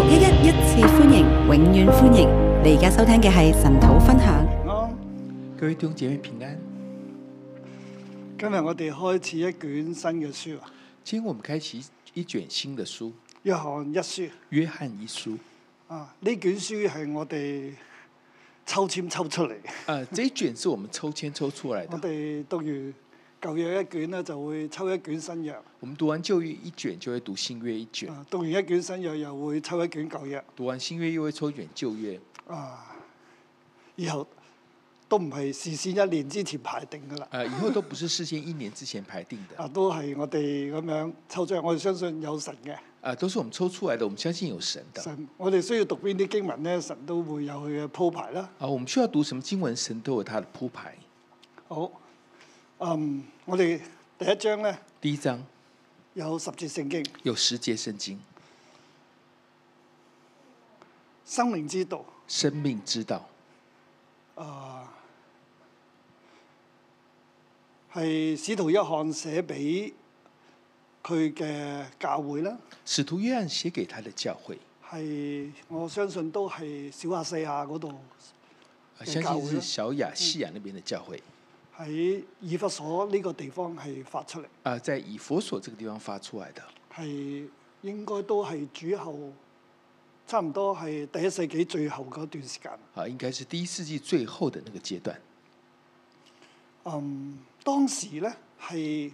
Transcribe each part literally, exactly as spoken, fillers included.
六一一一次歡迎，永遠歡迎！你而家收聽嘅係神土分享。 平安， 各位弟兄姐妹平安。 今日我哋開始一卷新嘅書啊。 今天我們開啟一卷新的書， 約翰一書。 約翰一書啊，呢卷書係我哋抽籤抽出嚟嘅。 啊，這一卷是我們抽籤抽出來的。 我哋讀完舊約一卷咧，就會抽一卷新約。 我們讀完舊約一卷，就會讀新約一卷。 啊，讀完一卷新約，又會抽一卷舊約。 讀完新約，又會抽一卷舊約。 啊，以後都唔係事先一年之前排定噶啦。 啊，以後都不是事先一年之前排定的。 啊，都係我哋咁樣抽出嚟，我哋相信有神嘅。 啊，都是我們抽出來的，我們相信有神的。 神，我哋需要讀邊啲經文咧，神都會有佢嘅鋪排啦。 啊，我們需要讀什麼經文，神都有他的鋪排。 好，嗯，我哋第一章咧， 第一章有十節聖經， 有十節聖經， 生命之道。 生命之道。 啊，係使徒約翰寫俾佢嘅教會啦。 使徒約翰寫給他的教會， 係我相信都係小亞細亞嗰度嘅教會， 相信是小亞細亞那邊的教會。 喺以弗所呢個地方係發出嚟。 啊，在以弗所這個地方發出來的。 係應該都係主後，差唔多係第一世紀最後嗰段時間。 啊，應該是第一世紀最後的那個階段。 嗯，當時咧係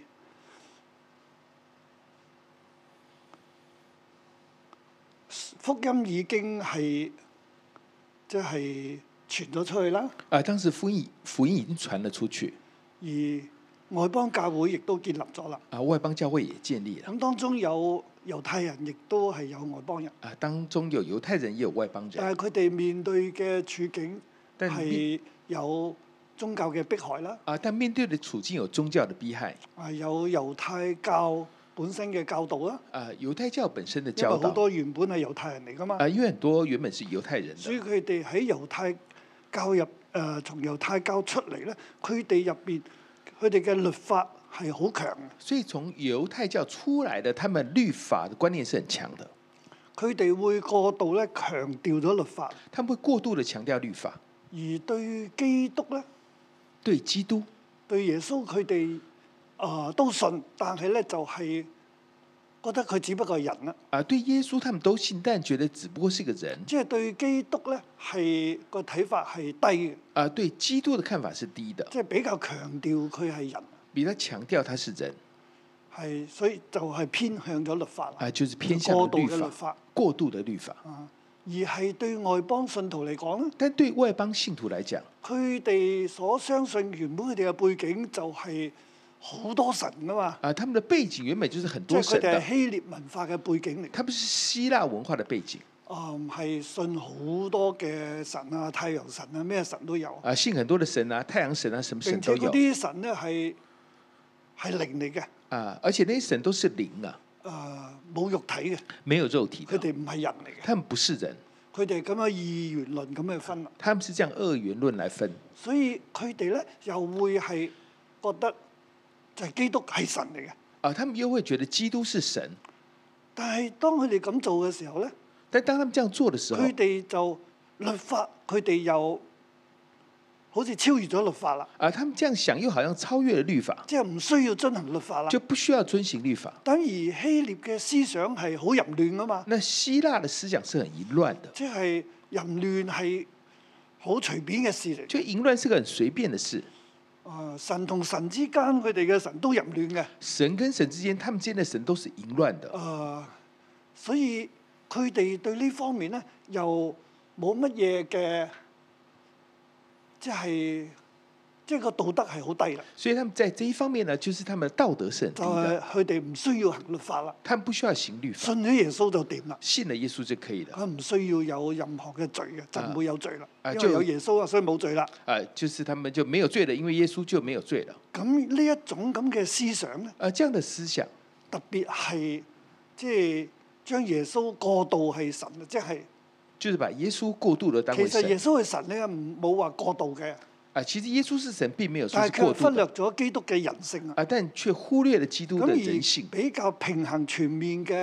福音已經係即係傳咗出去啦。 啊，當時福音福音已經傳了出去， 而外邦教會亦都建立咗啦。 啊，外邦教會也建立了。 咁當中有猶太人，亦都係有外邦人。 啊，當中有猶太人，也有外邦人。 但係佢哋面對嘅處境但係有宗教嘅迫害啦。 啊，但面對的處境有宗教的迫害。 啊，有猶太教本身嘅教導啦。 啊，猶太教本身的教導。 因為好多原本係猶太人嚟㗎嘛。 啊，因為很多原本是猶太人的。 所以佢哋喺猶太教入誒、呃，從猶太教出嚟咧，佢哋入邊佢哋嘅律法係好強嘅。 所以從猶太教出來的，他們律法的觀念是很強的。 佢哋會過度咧強調咗律法。 他們會過度的強調律法。 而對基督咧， 對基督、 對耶穌佢哋啊都信，但係咧就係、是、覺得佢只不過係人啦。 啊，對耶穌他們都信，但覺得只不過是個人。 即係對基督咧係個睇法係低嘅。 啊，對基督的看法是低的。 即係比較強調佢係人。 比較強調他是人。 係，所以就係偏向咗律法。 啊，就是偏向過度律嘅律法。 過度的律法。 啊，而係對外邦信徒嚟講咧， 但對外邦信徒嚟講， 佢哋所相信原本佢哋嘅背景就係好多神噶嘛。 啊，他們的背景原本就是很多神的。 即係佢哋係希臘文化嘅背景嚟。 他們是希臘文化嘅背景。 啊、嗯，係信好多嘅神啊，太陽神啊，咩神都有。 啊，信很多嘅神啊，太陽神啊，什麼神都有。 並且嗰啲神咧係係靈嚟嘅。 啊，而且呢啲神都是靈啊。 啊，冇肉體嘅。 沒有肉體。 佢哋唔係人嚟嘅。 他們不是人。 佢哋咁樣二元論咁去分。 他們是這樣二元論來分。 所以佢哋咧又會係覺得就係基督係神嚟嘅。 啊，他們又會覺得基督是神。 但係當佢哋咁做嘅時候咧， 但當他們這樣做嘅時候， 佢哋就律法，佢哋又好似超越咗律法啦。 啊，他們這樣想又好像超越了律法， 即係唔需要遵行律法啦， 就不需要遵行律法。 等而希臘嘅思想係好淫亂啊嘛。 那希臘嘅思想是很淫亂的， 即係淫亂係好隨便嘅事嚟。 就淫亂是個很隨便嘅事。 啊，神同神之間佢哋嘅神都淫亂嘅。 神跟神之間，他們之間的神都是淫亂的。 啊，所以佢哋對呢方面咧又冇乜嘢嘅。即係即係個道德係好低啦。 所以他們在這一方面呢，就是他們的道德是很低的。 佢哋唔需要行律法啦。 他們不需要行律法。 信咗耶穌就掂啦。 信了耶穌就可以了。 佢唔需要有任何嘅罪嘅，就唔會有罪啦。 啊， 因為有耶穌啊，所以冇罪啦。 啊，就是他們就沒有罪了，因為耶穌就沒有罪了。 咁呢一種咁嘅思想咧？ 啊，這樣的思想， 特別係即係將耶穌過度係神啊，即係。 就是把耶穌過度的當為神。 其實耶穌係神咧，唔冇話過度嘅。 啊，其實耶穌是神，並沒有說是過度的。 但係佢忽略咗基督嘅人性啊。 啊，但卻忽略了基督的人性。 比較平衡全面嘅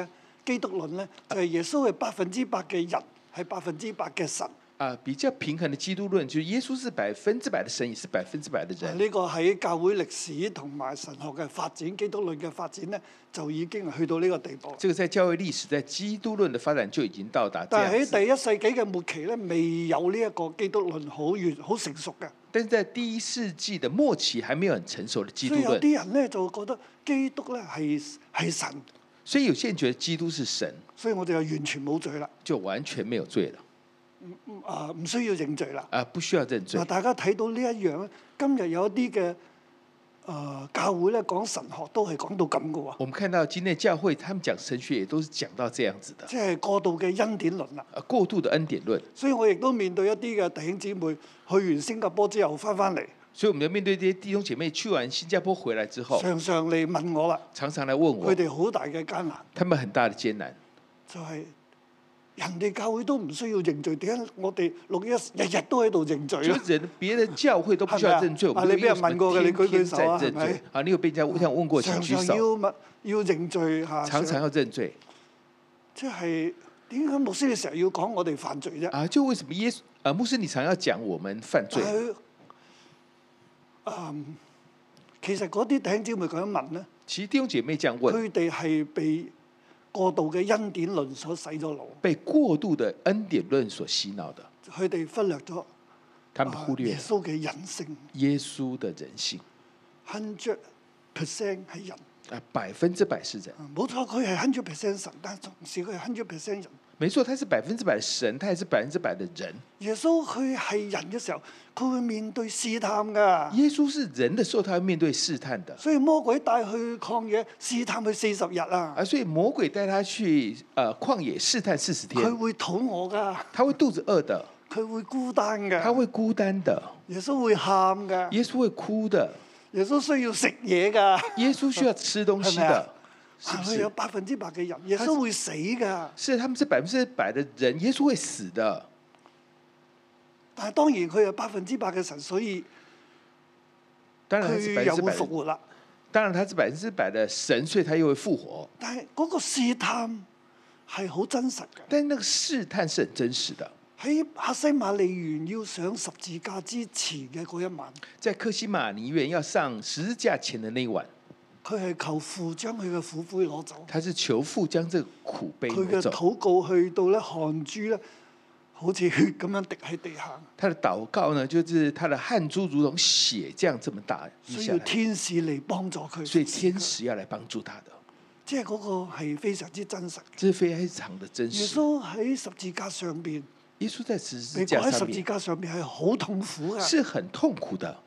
基督論咧，就係耶穌係百分之百嘅人，係百分之百嘅神。 啊，比較平衡的基督論，就是耶穌是百分之百的神，也是百分之百的人。 呢個喺教會歷史同埋神學嘅發展，基督論嘅發展咧，就已經去到呢個地步。 這個在教會歷史，在基督論的發展就已經到達。 但係喺第一世紀嘅末期咧，未有呢一個基督論好完好成熟嘅。 但是在第一世紀的末期，還沒有很成熟的基督論。 所以有啲人咧就覺得基督咧係係神。 所以有些人覺得基督是神， 所以我哋就完全冇罪啦， 就完全沒有罪了。 啊，唔需要認罪啦。 啊，不需要認罪。 大家睇到呢一樣咧，今日有一啲嘅誒教會咧講神學都係講到咁嘅喎。 我們看到今天教會，他們講神學也都是講到這樣子的。 即係過度嘅恩典論啦。 啊，過度的恩典論。 所以我亦都面對一啲嘅弟兄姊妹去完新加坡之後翻翻嚟。 所以我們要面對這些弟兄姐妹去完新加坡回來之後， 常常嚟問我啦。 常常來問我。 佢哋好大嘅艱難。 他們很大的艱難。 就係、是。人哋教會都唔需要認罪，點解我哋六一日日都喺度認罪咧？ 人別的教會都不需要認罪， 係咪啊？你俾人問過嘅，你舉舉手啊？係咪？ 啊，你有被人家這樣問過？請舉手。 常常要要認罪嚇。 常常要認罪。 即係點解牧師你成日要講我哋犯罪啫？ 啊，就為什麼耶穌啊牧師你常要講我們犯罪？ 嗯，其實嗰啲弟兄姊妹咁樣問咧， 其實弟兄姐妹這樣問， 佢哋係被過度嘅恩典論所洗咗腦， 被過度的恩典論所洗腦的， 佢哋忽略咗， 他們忽略耶穌嘅人性， 耶穌的人性 hundred percent 係人， 啊，百分之百是人， 冇錯，佢係 hundred percent 神，但係同時佢係 hundred percent 人。 沒錯，他是百分之百的神，他也是百分之百的人。 耶穌佢係人嘅時候，佢會面對試探㗎。 耶穌是人的時候，他會面對試探的。 所以魔鬼帶去曠野試探佢四十日啊。 啊，所以魔鬼帶他去呃曠野試探四十天。 佢會肚餓㗎。 他會肚子餓的。 佢會孤單㗎。 他會孤單的。 耶穌會喊㗎。 耶穌會哭的。 耶穌需要食嘢㗎。 耶穌需要吃東西的。 係佢有百分之百嘅人，耶穌會死㗎。 是，他們是百分之百的人，耶穌會死的。 但係當然佢有百分之百嘅神，所以佢又會復活啦。 當然他是百分之百的神，所以他又會復活。 但係嗰個試探係好真實嘅。 但係那個試探是很真實的。 喺客西馬尼園要上十字架之前嘅嗰一晚， 在客西馬尼園要上十字架前的那一晚。 佢係求父將佢嘅苦杯攞走。 他是求父將這個苦杯攞走。 佢嘅禱告去到咧汗珠咧，好似血咁樣滴喺地下。 他的禱告呢，就是他的汗珠如同血這樣這麼大。 需要天使嚟幫助佢。 所以天使要嚟幫助他的。 即係嗰個係非常之真實。 這是非常的真實。 耶穌喺十字架上邊。 耶穌在十字架上面。 喺十字架上邊係好痛苦嘅。 是很痛苦的。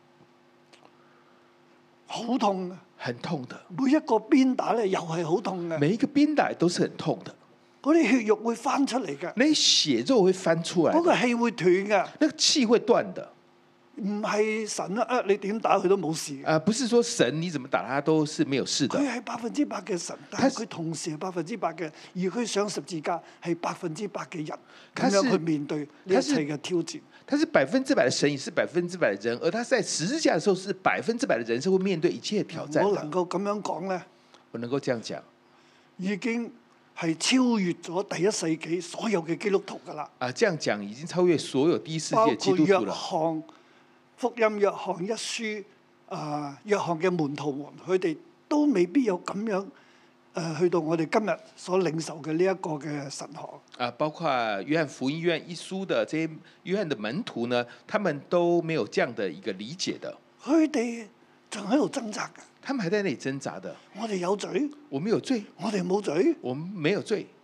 好痛嘅。 很痛的， 每一個鞭打咧又係好痛嘅。 每一個鞭打都是很痛的。 嗰啲血肉會翻出嚟嘅。 那血肉會翻出來。 嗰個氣會斷嘅。 那個氣會斷的。 唔係神啊！啊，你點打佢都冇事。 啊，不是說神你怎麼打他都是沒有事的。 佢係百分之百嘅神，但係佢同時係百分之百嘅，而佢上十字架係百分之百嘅人，咁樣去面對呢一切嘅挑戰。 他是百分之百的神，也是百分之百的人，而他在十字架的時候是百分之百的人，是會面對一切挑戰。 我能夠咁樣講咧， 我能夠這樣講， 已經係超越咗第一世紀所有嘅基督徒噶啦。 啊，這樣講已經超越所有第一世紀嘅基督徒了。 包括約翰福音、約翰一書啊，約翰嘅門徒們，佢哋都未必有咁樣。誒去到我哋今日所領受嘅呢一個嘅神學啊，包括約翰福音、約翰一書的這些約翰的門徒呢，他們都沒有這樣的一個理解的。 佢哋仲喺度掙扎嘅。 他們還在那裡掙扎的。 我哋有罪， 我們有罪。 我哋冇罪， 我們沒有罪。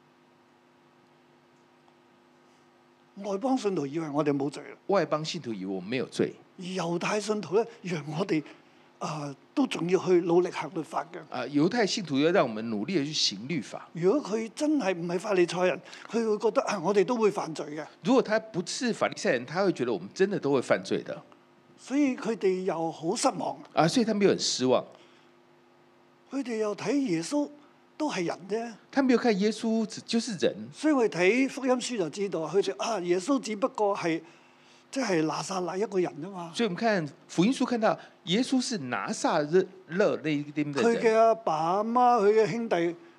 外邦信徒以為我哋冇罪啦。 外邦信徒以為我們沒有罪。 而猶太信徒咧，以為我哋。啊、呃，都仲要去努力行律法嘅。 啊，猶太信徒要讓我們努力地去行律法。 如果佢真係唔係法利賽人，佢會覺得啊，我哋都會犯罪嘅。 如果他不是法利賽人，他會覺得我們真的都會犯罪的。 所以佢哋又好失望。 啊，所以他們又很失望。 佢哋又睇耶穌都係人啫。 他沒有看耶穌只就是人。 所以我哋睇福音書就知道，佢哋啊，耶穌只不過係。即係拿撒勒一個人啫嘛， 所以我們看福音書看到耶穌是拿撒勒那一啲嘅人。 佢嘅阿爸阿媽，佢嘅兄弟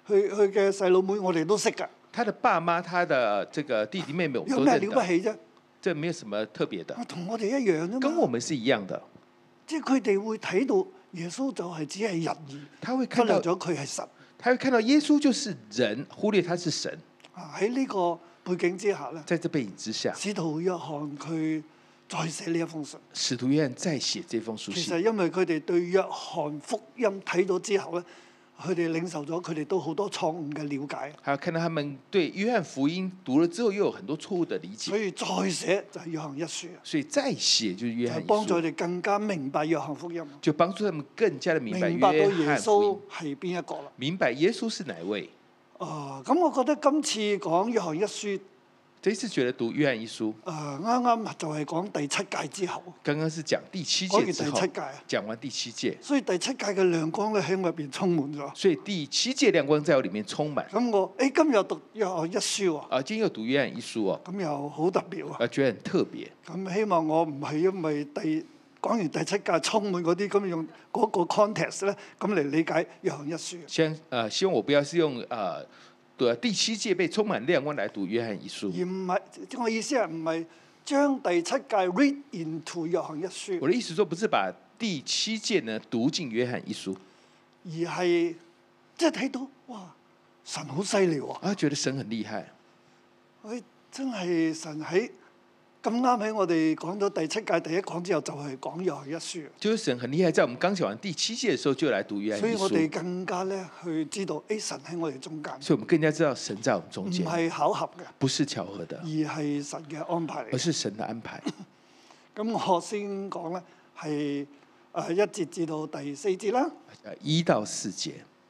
佢佢嘅細佬妹，我哋都識㗎。 他的爸媽、他的這個弟弟妹妹，我們都有咩了不認得。 起啫？ 這沒有什麼特別的， 同我哋一樣啫嘛。 跟我們是一樣的。 即係佢哋會睇到耶穌就係只係人而忽他會看到， 略咗佢係神。 他會看到耶穌就是人，忽略他是神。 啊，喺呢個背景之下咧， 在這背景之下， 使徒約翰佢再寫呢一封信。 使徒約翰再寫這封書其信。 實因為佢哋對約翰福音睇咗之後咧，佢哋領受咗，佢哋都好多錯誤嘅了解。 還有看到他們對約翰福音讀了之後，又有很多錯誤的理解。 所以再寫就係約翰一書， 所以再寫就是約翰一就幫助佢書， 哋更加明白約翰福音， 就幫助他們更加的明白明白到約耶翰福音穌，係邊一個啦。 明白耶穌是哪位。 啊，咁我覺得今次講約翰一書， 這一次覺得讀約翰一書， 啊啱啱就係講第七屆之後， 剛剛是講第七講完屆之後第七，屆啊， 講完第七屆， 所以第七屆嘅亮光咧喺我入邊充滿咗。 所以第七屆亮光在我裡面充滿。 咁我誒今日讀約翰一書喎， 啊，今天又讀約翰一書哦， 咁又好特別喎。 啊，覺得很特別。 咁希望我唔係因為第講完第七屆充滿嗰啲，咁用嗰個 context 咧，咁嚟理解約翰一書。 希望呃，希望我不要是用呃，對第七屆被充滿亮光來讀約翰一書， 而唔係，我意思係唔係將第七屆 read into 約翰一書， 我的意思說，不是把第七屆呢讀進約翰一書， 而係即係睇到哇，神好犀利喎！ 啊，覺得神很厲害， 佢真係神喺咁啱喺我哋講咗第七屆第一講之後，就係講約翰一書。 就是神很厲害，在我們剛講完第七屆的時候就來讀約翰一所以我哋書， 更加咧去知道，誒神喺我哋中間， 所以我們更加知道神在我們中唔間， 係巧合嘅， 不是巧合的而，係神嘅安排嚟嘅。 而是神的安排。 咁我先講咧，係誒一節至到第四節啦。 一到四節，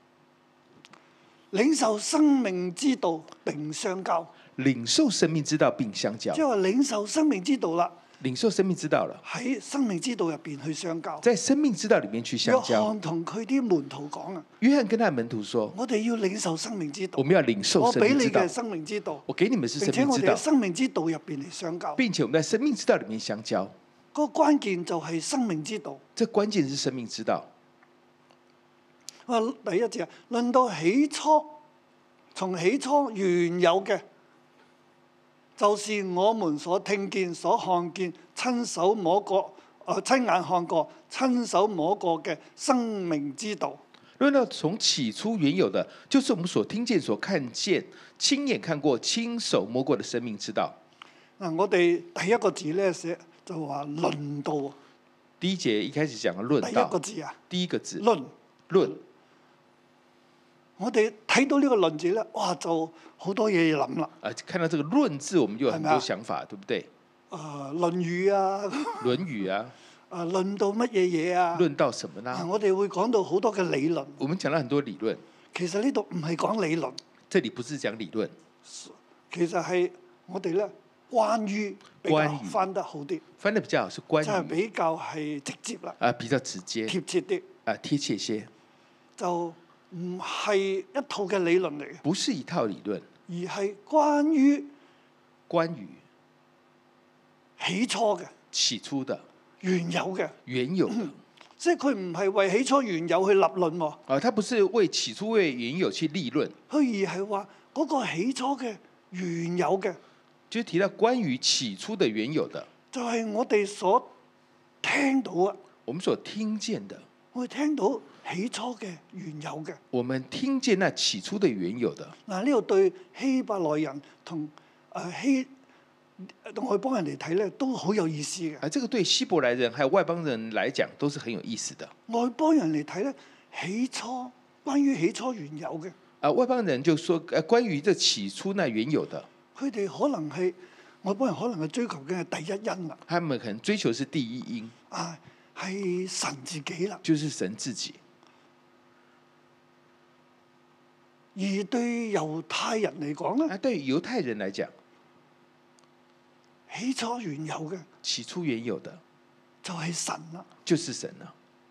領受生命之道並相交， 領受生命之道並相交即，係話領受生命之道啦， 領受生命之道了， 喺生命之道入邊去相交。 在生命之道裡面去約相交。 翰同佢啲門徒講啊， 約翰跟他的門徒說， 我哋要領受生命之道我，們要領受我俾生命之道你嘅，生命之道， 我給你們是並且我哋喺生命之道， 生命之道入邊嚟相交。 並且我們在生命之道裡面相交。 嗰個關鍵就係生命之道。 這關鍵是生命之道。 啊，第一節啊，論到起初，從起初原有嘅，就是我們所聽見、所看見、親手摸過、誒、親眼看過、親手摸過嘅生命之道。 論到從起初原有的，就是我們所聽見、所看見、親眼看過、親手摸過的生命之道。 嗱，我哋第一個字咧寫就話論道， 第一節一開始講嘅論第一道， 個字啊， 第一個字論。 論。 我哋睇到呢個論字咧，哇，就好多嘢要諗啦。 啊，看到這個論字，我們就有很多想法，對不對？ 誒、呃，《論語》啊， 《論語》啊， 誒，論到乜嘢嘢啊？ 論到什麼啊， 呢？ 我哋會講到好多嘅理論。 我們講到很多理論， 其實呢度唔係講理論， 這裡不是講理論， 其實係我哋咧關於比較關於翻得好啲， 翻得比較好是關即係於比較係直接啦， 啊，比較直接貼切啲， 啊，貼切些， 就唔係一套嘅理論嚟嘅， 不是一套理論， 而係關於關於起初嘅、 起初的、 原有嘅， 原有的。 即係佢唔係為起初原有去立論喎， 啊，他不是為起初為原有去立論， 佢而係話嗰個起初嘅原有嘅， 就提到關於起初的原有的， 就係我哋所聽到啊， 我們所聽見的， 我哋聽到起初嘅原有嘅。 我們聽見那起初的原有的。 嗱，呢度對希伯來人同誒希外邦人嚟睇咧，都好有意思嘅。 啊，這個對希伯來人還有外邦人來講都是很有意思的。 外邦人嚟睇咧，起初關於起初原有嘅， 啊，外邦人就說，誒，關於這起初那原有的， 佢哋可能係外邦人可能係追求嘅係第一因啦， 他們可能追求是第一因， 啊係神自己啦。 就是神自己。 而對猶太人嚟講咧， 啊，對於猶太人來講， 起初原有嘅起初原有的就係神啦。 就是神了。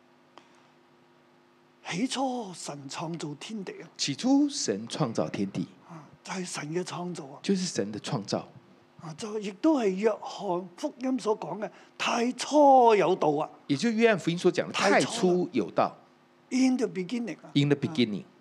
起初神創造天地啊， 起初神創造天地， 啊就係神嘅創造啊。 就是神的創造。 啊，就亦都係約翰福音所講嘅太初有道啊。 也就是約翰福音所講的太初有道 In the beginning 啊。 ，in the beginning，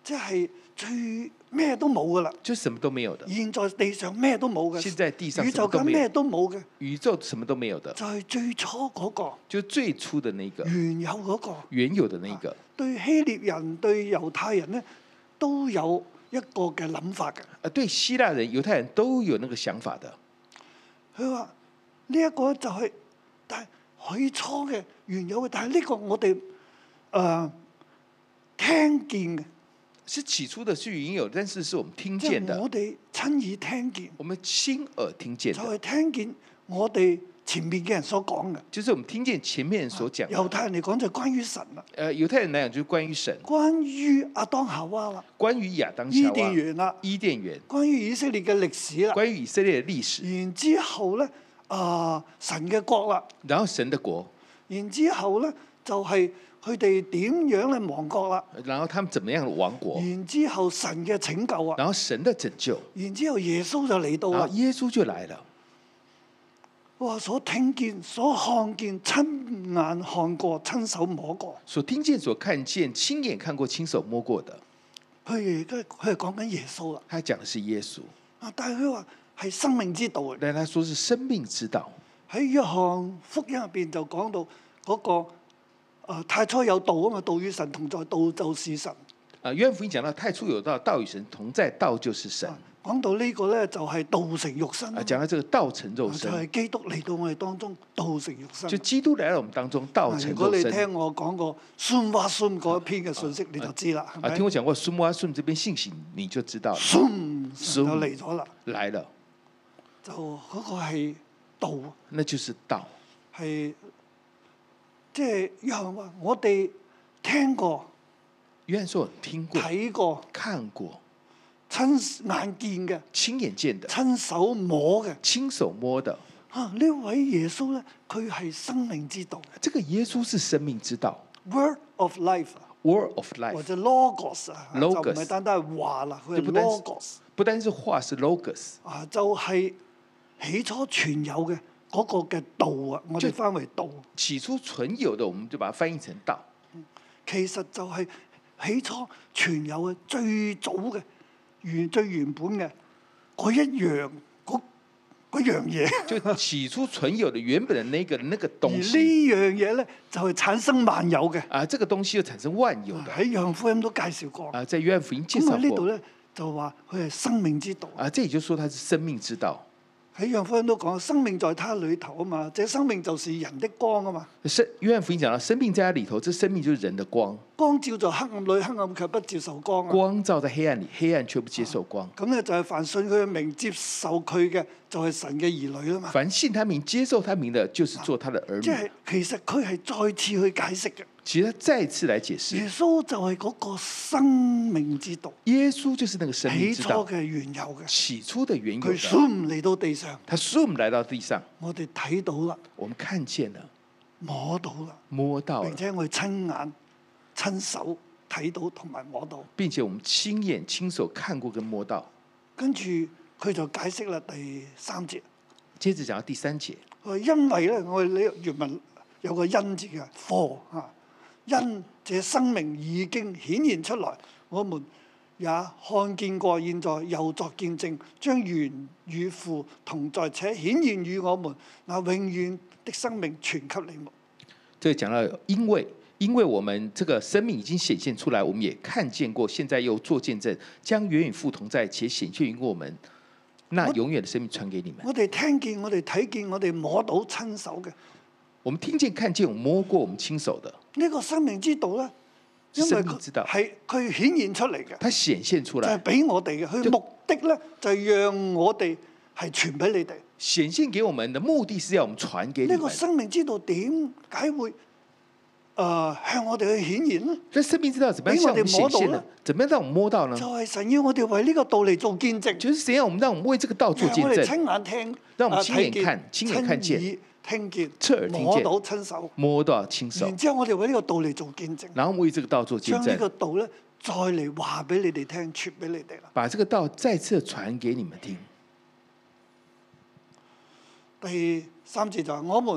即係最咩都冇噶啦。 就什麼都沒有的。 現在地上咩都冇嘅， 現在地上宇宙間咩什麼都沒有， 都冇嘅， 宇宙什麼都沒有的， 就係最初嗰個就最初的那個原有嗰個。 原有的那個。 對希臘人對猶太人咧都有一個嘅諗法嘅。 啊，對希臘人、猶太人都有那個想法的。 佢話呢一個就係、是，但係起初嘅原有嘅，但係呢個我哋誒、呃、聽見嘅。 是起初的是原有，但是是我們聽即見的。 係我哋親耳聽見。 我們親耳聽見就係的。 聽見我哋前面嘅人所講嘅。 就是我們聽見前面人所講的。 猶太人嚟講就係關於神啦。 誒，猶太人嚟講就是關於神。 關於亞當夏娃啦。 關於亞當夏娃。 伊甸園啦。 伊甸園。 關於以色列嘅歷史啦。 關於以色列嘅歷史。 然之後咧，啊、呃、神嘅國啦。 然後神的國。 然之後咧，就係佢哋點樣咧亡國啦。 然後他們怎麼樣亡國？ 然之後神嘅拯救啊。 然後神的拯救。 然之後耶穌就嚟到啦。 然後耶穌就來了。 哇！所聽見、所看見、親眼看過、親手摸過。 所聽見、所看見、親眼看過、親手摸過的。 佢而家佢係講緊耶穌啦。 他講的是耶穌。 啊！但係佢話係生命之道啊。 但係他說是生命之道。 喺約翰福音入邊就講到嗰、那個。啊！太初有道啊嘛，道與神同在，道就是神。 啊，約翰福音講到太初有道，道與神同在，道就是神。 講到呢個咧，就係道成肉身。 啊，講到這個道成肉身， 就係、是、基督嚟到我哋當中，道成肉身。 就基督嚟到我們當中，道成肉身。 如果你聽我講過孫哇孫嗰一篇嘅信息，你就知啦。 啊，聽我講過孫哇孫這邊信息，你就知道了。 孫就嚟咗啦， 來了， 就嗰個係道。 那就是道。 係。即係約翰話：我哋聽過， 約翰說聽過、 睇過、 看過、 親眼見嘅、 親眼見的、 親手摸嘅、 親手摸的。 啊！呢位耶穌咧，佢係生命之道。 這個耶穌是生命之道。 Word of life，Word of life， 或者 logos 啊， logos， 就唔係單單係話啦，佢係 logos。 不單是話，是 logos。 啊，就係起初存有嘅。嗰、那個嘅道啊，我哋翻為道。 起初存有的，我們就把它翻譯成道。 其實就係起初存有嘅最早嘅原最原本嘅嗰一樣嗰嗰樣嘢。 就起初存有的原本的那個那個東西。 而呢樣嘢咧，就係、是、產生萬有嘅。 啊，這個東西又產生萬有的。 喺約翰福音都介紹過。 啊，在約翰福音介紹過。 咁喺呢度咧就話佢係生命之道。 啊，這裡就說它是生命之道。 喺約翰福音都講，生命在他裏頭啊嘛，這生命就是人的光啊嘛。 生約翰福音講到生命在他裏頭，這生命就是人的光。 光照在黑暗裏，黑暗卻不接受光啊。 光照在黑暗裏，黑暗卻不接受光。 咁、啊、咧就係凡信佢嘅名接受佢嘅，就係神嘅兒女啊嘛。 凡信他名接受他名的，就是做他的兒女。 即、啊、係、就是、其實佢係再次去解釋嘅。 其實他再次來解釋， 耶穌就係嗰個生命之道。 耶穌就是那個生命之道。 起初嘅原有嘅。 起初的原有的。 佢 zoom 嚟到地上。 他 zoom 來到地上。 我哋睇到啦。 我們看見了。 摸到啦。 摸到。 並且我哋親眼、親手睇到同埋摸到。 並且我們親眼、親手看過跟摸到。 跟住佢就解釋啦，第三節。 接着講到第三節。 因為咧，我哋呢原文有個因字嘅 for 啊。因這生命已經顯現出來，我們也看見過，現在又作見證，將原與父同在，且顯現於我們，那永遠的生命傳給你們。 這講到因為，因為我們這個生命已經顯現出來，我們也看見過，現在又作見證，將原與父同在，且顯現於我們，那永遠的生命傳給你們。 我哋聽見，我哋睇見，我哋摸到親手嘅。 我們聽見、看見、我摸過、我們親手的呢、這個生命之道咧，因為係佢顯現出嚟嘅， 它顯現出來， 就係、是、俾我哋嘅。佢目的咧就係、是、讓我哋係傳俾你哋。 顯現給我們的目的是要我們傳給你們。 呢、這個生命之道點解會誒、呃、向我哋去顯現呢？ 這生命之道怎麼樣向我們顯現呢？怎麼樣讓我們摸到呢？ 就係、是、神要我哋為呢個道嚟做見證。 就是神要我們讓我們為這個道做見證。 我哋親眼聽， 讓我們親眼看、親眼看見。 聽見、 側耳聽見、 摸到親手、 摸到親手， 然之後我哋為呢個道嚟做見證， 然後為這個道做見證， 將呢個道咧再嚟話俾你哋聽，傳俾你哋啦。 把這個道再次傳給你們聽。 第三節就係我們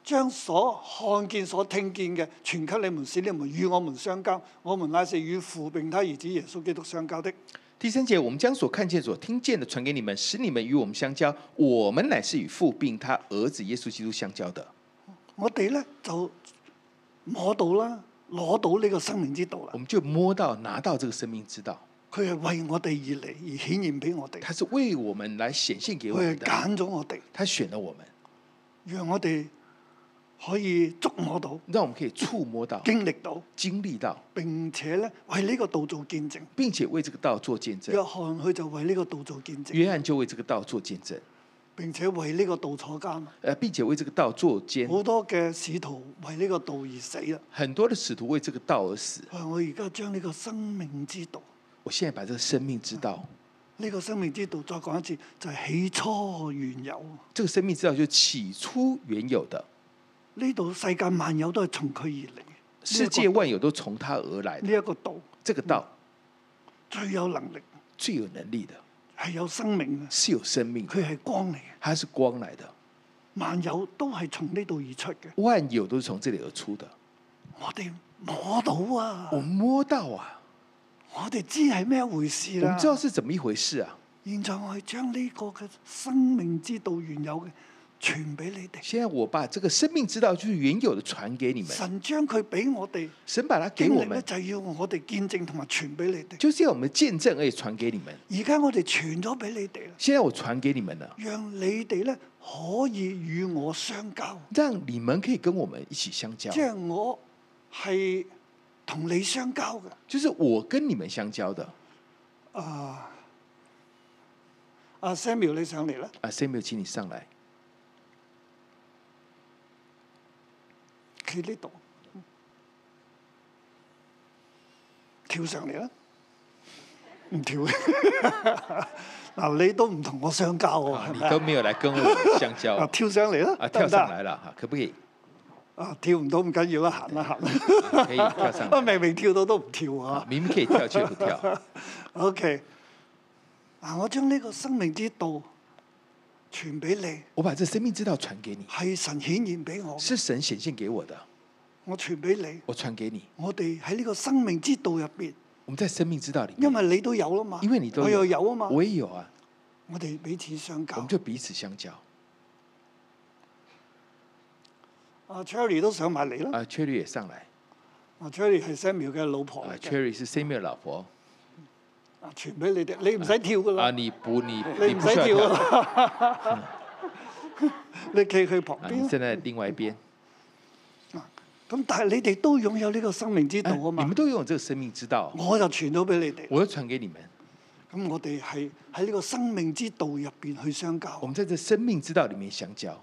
將所看見、所聽見嘅傳給你們，使你們與我們相交。我們乃是與父並他兒子耶穌基督相交的。 第三節，我們將所看見、所聽見的傳給你們，使你們與我們相交。我們乃是與父並他兒子耶穌基督相交的。 我哋咧就摸到啦，攞到呢個生命之道啦。 我們就摸到、拿到這個生命之道。 佢係為我哋而嚟，而顯現俾我哋。 他是為我們來顯現給我們的。 佢係揀咗我哋， 他選了我們， 讓我哋可以觸摸到， 讓我們可以觸摸到、 經歷到、 經歷到， 並且咧為呢個道做見證。 並且為這個道做見證。 約翰佢就為呢個道做見證。 約翰就為這個道做見證。 並且為呢個道坐監， 誒，並且為這個道做監。 好多嘅使徒為呢個道而死啦。 很多的使徒為這個道而死。 我而家將呢個生命之道， 我現在把這個生命之道， 呢個生命之道再講一次，就係起初原有。 這個生命之道就起初原有的。 呢度世界萬有都係從佢而嚟， 世界萬有都從他而來。 呢一個道， 這個道最有能力、 最有能力的。 係有生命嘅， 是有生命， 佢係光嚟嘅， 它是光來的， 萬有都係從呢度而出嘅， 萬有都是從這裡而出的。 我哋摸到啊， 我摸到啊， 我哋知係咩回事啦， 我們知道是怎麼一回事啊。 現在我係將呢個嘅生命之道原有嘅傳俾你哋。 現在我把這個生命之道就是原有的傳給你們。 神將佢俾我哋， 神把它給我們， 就係要我哋見證同埋傳俾你哋。 就是要我們見證而且傳給你們。 而家我哋傳咗俾你哋啦， 現在我傳給你們了， 讓你哋咧可以與我相交， 讓你們可以跟我們一起相交。 即係我係同你相交嘅， 就是我跟你們相交的。 啊，阿 Samuel 你上嚟啦， 啊 Samuel 請你上來。 企呢度，跳上嚟啦，唔跳嗱，你都唔同我相交喎， 啊，你都沒有來跟我相交。 啊，跳上嚟啦， 啊， 得唔得跳上來了，哈，可不可以？ 啊，跳唔到唔緊要啦，行啦行啦。 可以跳上來。 我明明跳到都唔跳啊。 明明可以跳，卻不跳。 OK，嗱，我將呢個生命之道傳俾你， 我把這生命之道傳給你， 係神顯現俾我， 是神顯現給我的， 我傳俾你， 我傳給你。 我哋喺呢個生命之道入邊， 我們在生命之道裡面， 因為你都有啦嘛， 因為你都有， 我又有啊嘛， 我也有啊， 我哋彼此相交， 我們就彼此相交。 阿 Cherry 都上埋嚟啦， 啊 Cherry 也上來， 阿 Cherry 係 Samuel 嘅老婆啊嚟嘅， Cherry 是 Samuel 老婆。 啊，傳俾你哋，你唔使跳噶啦， 啊，你不你你唔使你不需要跳， 跳啊，你企佢旁啊， 邊你。站在另外一邊。 咁但係你哋都擁有呢個生命之道哎啊嘛， 你們都擁有這個生命之道， 我就傳咗俾你哋。 我要傳給你們。 咁我哋係喺呢個生命之道入邊去相交我。們在這生命之道裡面相交。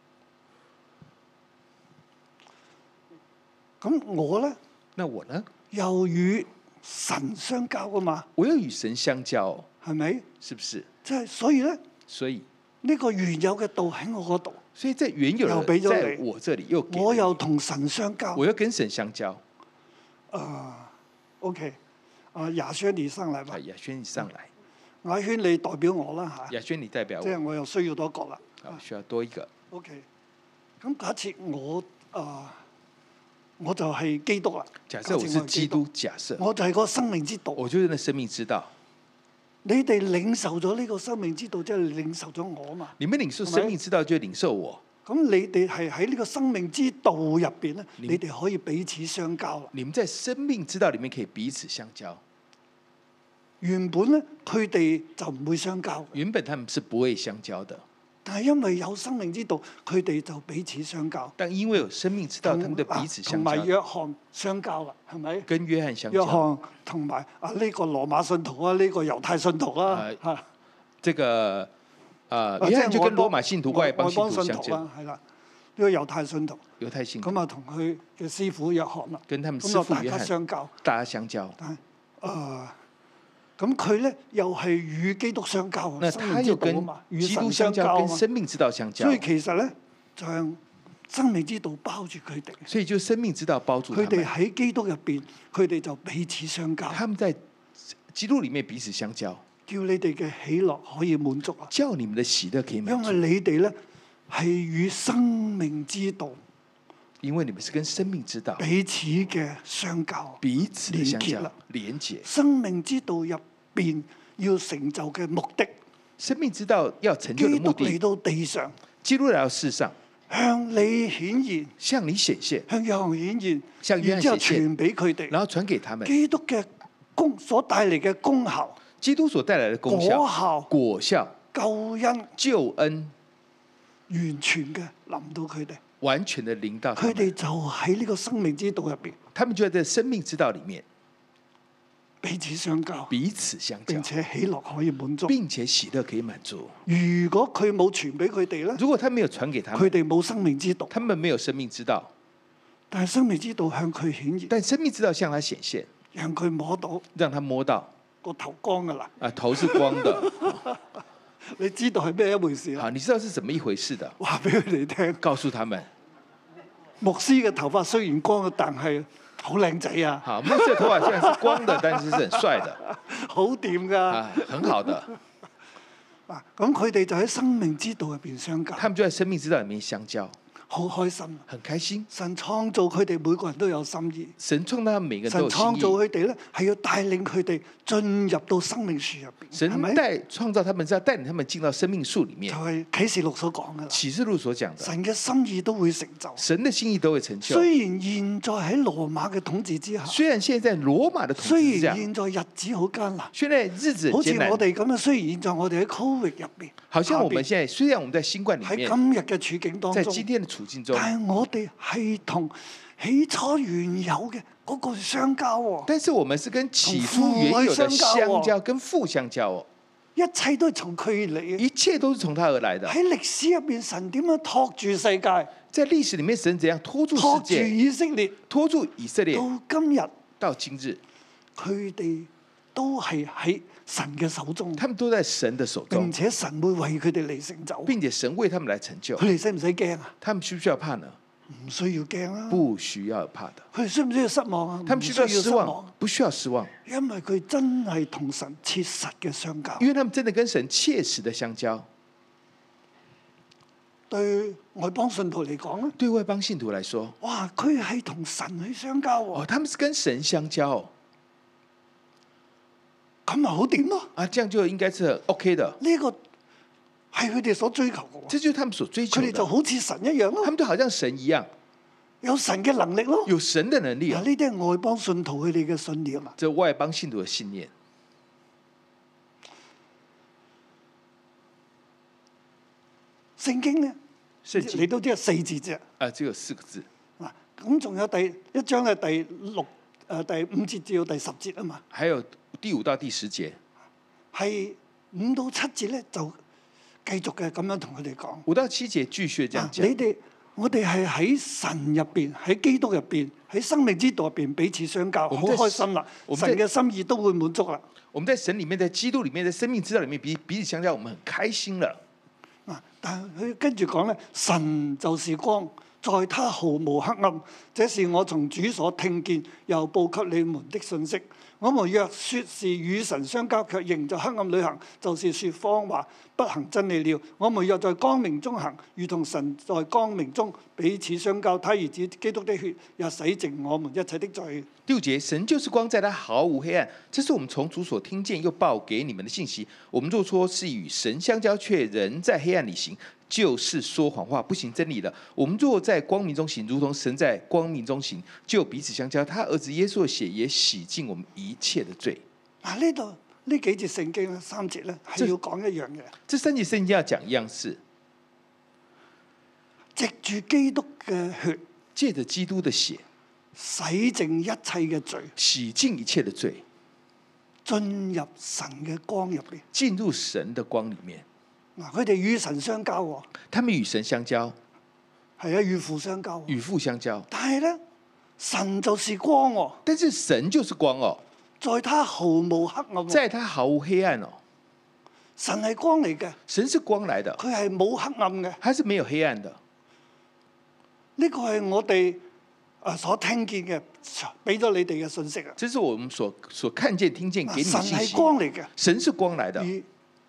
咁我咧那我呢？ 又與神相交噶嘛， 我要與神相交， 係咪？ 是不是？ 即係所以咧， 所以， 呢個原有嘅道喺我嗰度， 所以在原有又的俾咗你在我這裡又給了我你又同神相交。 我要跟神相交。 啊，OK，啊亞軒你上嚟吧啊，。亞軒你上來， 亞軒你代表我啦嚇， 亞軒你代表即係我， 我又需要多一個啦。 啊，需要多一個。 OK，咁假設我啊，我就係基督啦。 假設我是基督，假設我就係個生命之道。 我就是那生命之道。 你哋領受咗呢個生命之道，即係領受咗我嘛？ 你們領受生命之道，就領受我。 咁你哋係喺呢個生命之道入邊咧， 你你哋可以彼此相交啦。 你們在生命之道裡面可以彼此相交。 原本咧，佢哋就唔會相交嘅， 原本他們是不會相交的， 但係因為有生命之道，佢哋就彼此相交。 但因為有生命之道，他們就彼此相交。 同埋約翰相交啦，係咪？ 跟約翰相交。 約翰同埋啊呢個羅馬信徒啊，呢、這個猶太信徒啊，嚇、 啊。這個啊， 即約翰就跟羅馬信徒、外外邦信徒相信徒交。 啦，係啦，呢個猶太信徒。 猶太信徒。 咁啊，同佢嘅師傅約翰啦， 跟他們師咁啊大傅約翰家相交。 大家相交。 但係啊，咁佢咧又係與基督相交啊， 那生命之他又跟道啊嘛，與基督神相交，跟相交啊嘛。 生命之道相交。 所以其實咧，就係生命之道包住佢哋。 所以就生命之道包住他們。 佢哋喺基督入邊，佢哋就彼此相交。 他們在基督裡面彼此相交， 叫你哋嘅喜樂可以滿足啊！ 叫你們的喜樂可以滿足。 因為你哋咧係與生命之道因為你們是跟生命之道彼此嘅相交、 彼此的相交連結啦。 連結。 生命之道入邊要成就嘅目的， 生命之道要成就的基督目的， 嚟到地上， 基督來到世上， 向你顯現， 向你顯現， 向約翰顯現， 向約然之後翰顯現傳俾佢哋。 然後傳給他們。 基督嘅功所帶嚟嘅功效、 基督所帶來的功效、 果效、 果效、 救恩， 救恩， 完全嘅臨到佢哋。 完全的臨到他們。 佢哋就喺呢個生命之道入邊， 他們就在這生命之道裡面彼此相交， 彼此相交並，且喜樂可以滿足。 並且喜樂可以滿足。 如果佢冇傳俾佢哋咧， 如果他沒有傳給他佢們， 哋冇生命之道， 他們沒有生命之道， 但係生命之道向佢顯現， 但生命之道向他顯現， 讓佢摸到讓他摸到個頭光噶啦。 啊，頭是光的。 你知道係咩一回事啦？ 好，你知道是怎麼一回事的？ 話俾佢哋聽， 告訴他們。 牧師嘅頭髮雖然光，但係好靚仔啊！ 好，牧師嘅頭髮雖然是光的，但是是很帥的， 好掂噶。 啊，很好的。 啊，咁佢哋就喺生命之道入邊相交， 他們就在生命之道裡面相交， 好開心。 很開心。 神創造佢哋每個人都有心意， 神創造他們每個人都有神創心意。 造佢哋咧係要帶領佢哋進入到生命樹入邊，係神咪？ 帶創造他們是要帶領他們進到生命樹裡面就。係啟示錄所講嘅啦。 啟示錄所講的， 神嘅心意都會成就。 神的心意都會成就。 雖然現在喺羅馬嘅統治之下， 雖然現在在羅馬的統治雖之下然，現在日子好艱難， 雖然日子好似很艱難我，哋咁樣。雖然現在我哋喺 Covid 入邊， 好像我們下現在雖然我們在新冠裡邊喺面， 今日嘅處境當中， 在今天的處境中， 但係我哋係同起初原有嘅嗰個相交喎。 但是我們是跟起初原有的相交，跟父相交哦， 一切都係從佢嚟嘅。 一切都是從他而來的。 喺歷史入邊，神點樣托住世界， 在歷史裡面，神怎樣拖住托住世界， 以色列， 拖住以色列， 到今日到今日， 佢哋都係喺神嘅手中， 他們都在神的手中並，且神會為佢哋嚟成就。 並且神為他們來成就。 佢哋使唔使驚啊？ 他們需不需要怕呢？ 唔需要驚啊！ 不需要怕的。 佢哋需唔需要失望啊？ 他們需不需要失唔望？不需要失望， 因為佢真係同神切實嘅相交。 因為他們真的跟神切實的相交。 對外邦信徒嚟講咧， 對外邦信徒來說， 哇！佢係同神去相交喎， 哦，他們是跟神相交哦， 咁咪好掂咯？ 啊，這樣就應該是很 OK 的。 呢個係佢哋所追求嘅喎， 這就是他們所追求佢哋就的。 好似神一樣咯， 他們就好像神一樣， 有神嘅能力咯。 有神的能力嗱， 哦。 呢啲係外邦信徒佢哋嘅信念啊。 這外邦信徒的信念。 聖經咧， 聖經你都知有四字啫。 啊，只有四個字。 嗱，咁仲有第一章係第六誒、呃、第五節至到第十節啊嘛。 還有第五到第十節， 係五到七節咧，就繼續嘅咁樣同佢哋講。 五到七節繼續這樣啊講。 你哋我哋係喺神入邊，喺基督入邊，喺生命之道入邊彼此相交，好我們在開心啦！ 我們在神嘅心意都會滿足啦。 我們在神裡面，在基督裡面，在生命之道裡面彼彼此相交，我們很開心了。 啊！但係佢跟住講咧，神就是光，在他毫無黑暗。這是我從主所聽見又報給你們的信息。我們若説是與神相交，卻仍在黑暗裏行，就是説謊話，不行真理了。我們若在光明中行，如同神在光明中彼此相交，他兒子基督的血也洗淨我們一切的罪。 第五節，神就是光，在他毫無黑暗。這是我們從主所聽見又報給你們的信息。我們若說是與神相交，卻仍在黑暗裡行，就是說謊話，不行真理了。我們若在光明中行，如同神在光明中行，就彼此相交。他兒子耶穌的血也洗淨我們一切的罪。 嗱，呢度呢幾節聖經咧，三節咧係要講一樣嘅， 這三節聖經要講一樣事， 藉住基督嘅血， 借着基督的血， 洗淨一切嘅罪， 洗淨一切的罪， 進入神嘅光入邊。 進入神的光裡面。 嗱，佢哋與神相交喎， 他們與神相交， 係啊，與父相交喎。 與父相交。 但係咧，神就是光喎， 但是神就是光哦， 在他毫無黑暗喎。 在他毫無黑暗哦。 神係光嚟嘅， 神是光來的， 佢係冇黑暗嘅。 他是沒有黑暗的。 呢個係我哋啊所聽見嘅，俾咗你哋嘅信息啊。 這是我們所所看見、聽見、給你神係的信息。 光嚟嘅， 神是光來的。 而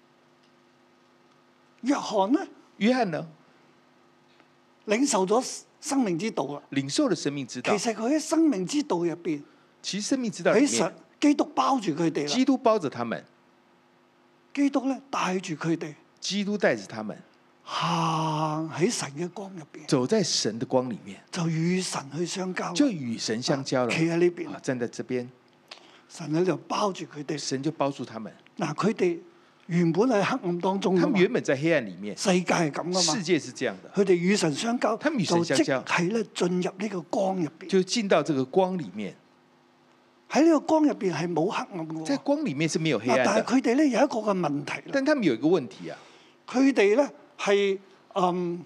約翰呢， 約翰呢， 領受咗生命之道啦。 領受了生命之道。 其實佢喺生命之道入邊， 其實生命之道裡喺神面， 基督包住佢哋啦。 基督包着他們， 基督咧帶住佢哋基督帶着他們行喺神嘅光入邊， 走在神的光裡面， 就與神去相交， 就與神相交了。 企喺呢邊， 啊，站在這邊， 神咧就包住佢哋。 神就包住他們。 嗱，佢哋原本喺黑暗當中㗎嘛， 他們原本在黑暗裡面， 世界係咁噶嘛， 世界是這樣的， 佢哋與神相交， 他們與神相交就即係咧進入呢個光入邊。 就進到這個光裡面。 喺呢個光入邊係冇黑暗嘅喎。 在光裡面是沒有黑嗱， 暗的。 但係佢哋咧有一個嘅問題啦， 但他們有一個問題啊， 佢哋咧係嗯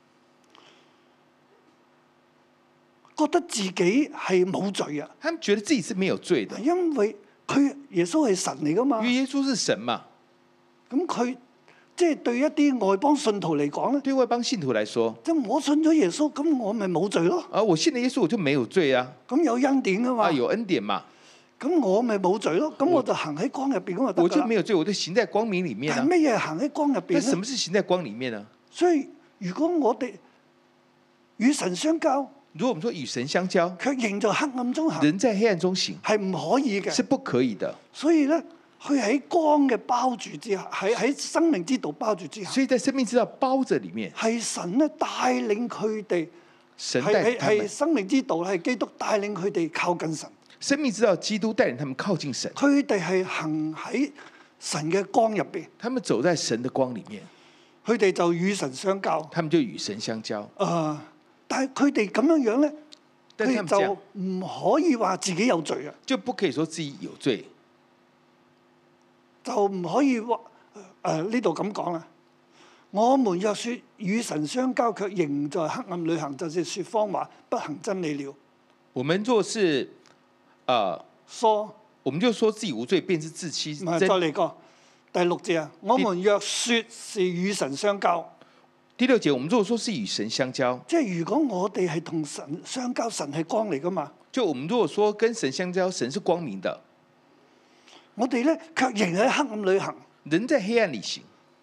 覺得自己係冇罪啊， 他們覺得自己是沒有罪的， 因為佢耶穌係神嚟噶嘛因為。耶穌是神嘛。 咁佢即係對一啲外邦信徒嚟講咧， 對外邦信徒來說， 即係我信咗耶穌，咁我咪冇罪咯。 啊，我信了耶穌，我就沒有罪啊， 咁有恩典噶嘛。 啊，有恩典嘛， 咁我咪冇罪咯。咁我就行喺光入邊咁就得㗎啦。 我就沒有罪，我就行在光明裡面啊。 但係咩嘢係行喺光入邊咧？ 但什麼是行在光裡面呢？ 所以如果我哋與神相交， 如果我們說與神相交， 卻仍在黑暗中行， 人在黑暗中行係唔可以嘅。 是不可以的。 所以咧，佢喺光嘅包住之下，喺喺生命之道包住之下， 所以在生命之道包着裡面， 係神咧帶領佢哋， 神係係係帶領他們。 生命之道，係基督帶領佢哋靠近神。 生命之道，基督帶領他們靠近神。 佢哋係行喺神嘅光入邊， 他們走在神的光裡面， 佢哋就與神相交。 他們就與神相交。 啊、呃！但係佢哋咁樣樣咧， 但佢哋就係他們這樣唔可以話自己有罪啊， 就不可以說自己有罪， 就唔可以話誒呢度咁講啦。我們若説與神相交，卻仍在黑暗裏行，就是説謊話，不行真理了。 我們若是啊，呃、 疏， 我們就說自己無罪，便是自欺。 唔係再嚟過第六節啊！我們若説是與神相交， 第六節，我們如果說是與神相交， 即係如果我哋係同神相交，神係光嚟噶嘛？ 就我們如果說跟神相交，神是光明的， 我哋咧卻仍喺黑暗裏行， 人在黑暗裡行，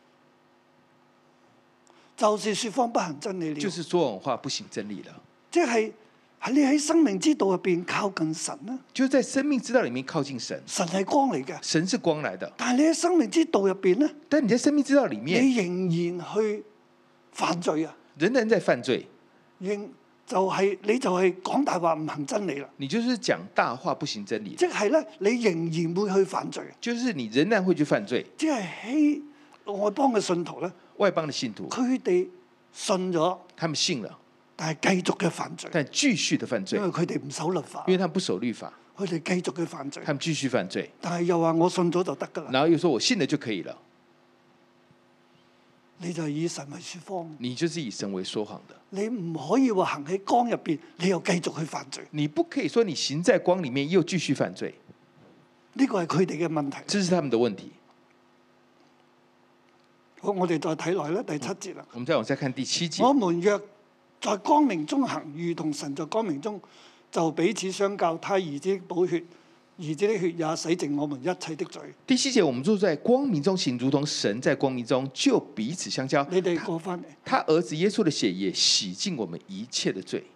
就是説謊不行真理了。 就是說謊話不行真理了。 即係喺你喺生命之道入邊靠近神啦， 就在生命之道裡面靠近神， 神係光嚟嘅。 神是光來的。 但係你喺生命之道入邊咧， 但你在生命之道裡面， 你仍然去犯罪啊！ 仍然在犯罪， 仍就係、是、你就係講大話唔行真理啦。 你就是講大話不行真理， 即係咧，你仍然會去犯罪。 就是你仍然會去犯罪。 即係希外邦嘅信徒咧， 外邦的信徒， 佢哋信咗， 他們信了， 但係繼續嘅犯罪， 但繼續的犯罪因，為佢哋唔守律法， 因為他們不守律法， 佢哋繼續嘅犯罪， 他們繼續犯罪， 但係又話我信咗就得㗎啦。 然後又說我信了就可以了， 你就係以神為説謊， 你就是以神為說謊的。 你唔可以話行喺光入邊，你又繼續去犯罪。 你不可以說你行在光裡面又繼續犯罪， 呢個係佢哋嘅問題。 這是他們的問題。 好，我哋再睇落去咧，第七節啦。 我們再往下看第七節。 我們若在光明中行，如同神在光明中，就彼此相交。他兒子的寶血，兒子的血也洗淨我們一切的罪。 第七節，我們就在光明中行，如同神在光明中，就彼此相交。 你哋過翻嚟， 他兒子耶穌的血也洗淨我們一切的罪。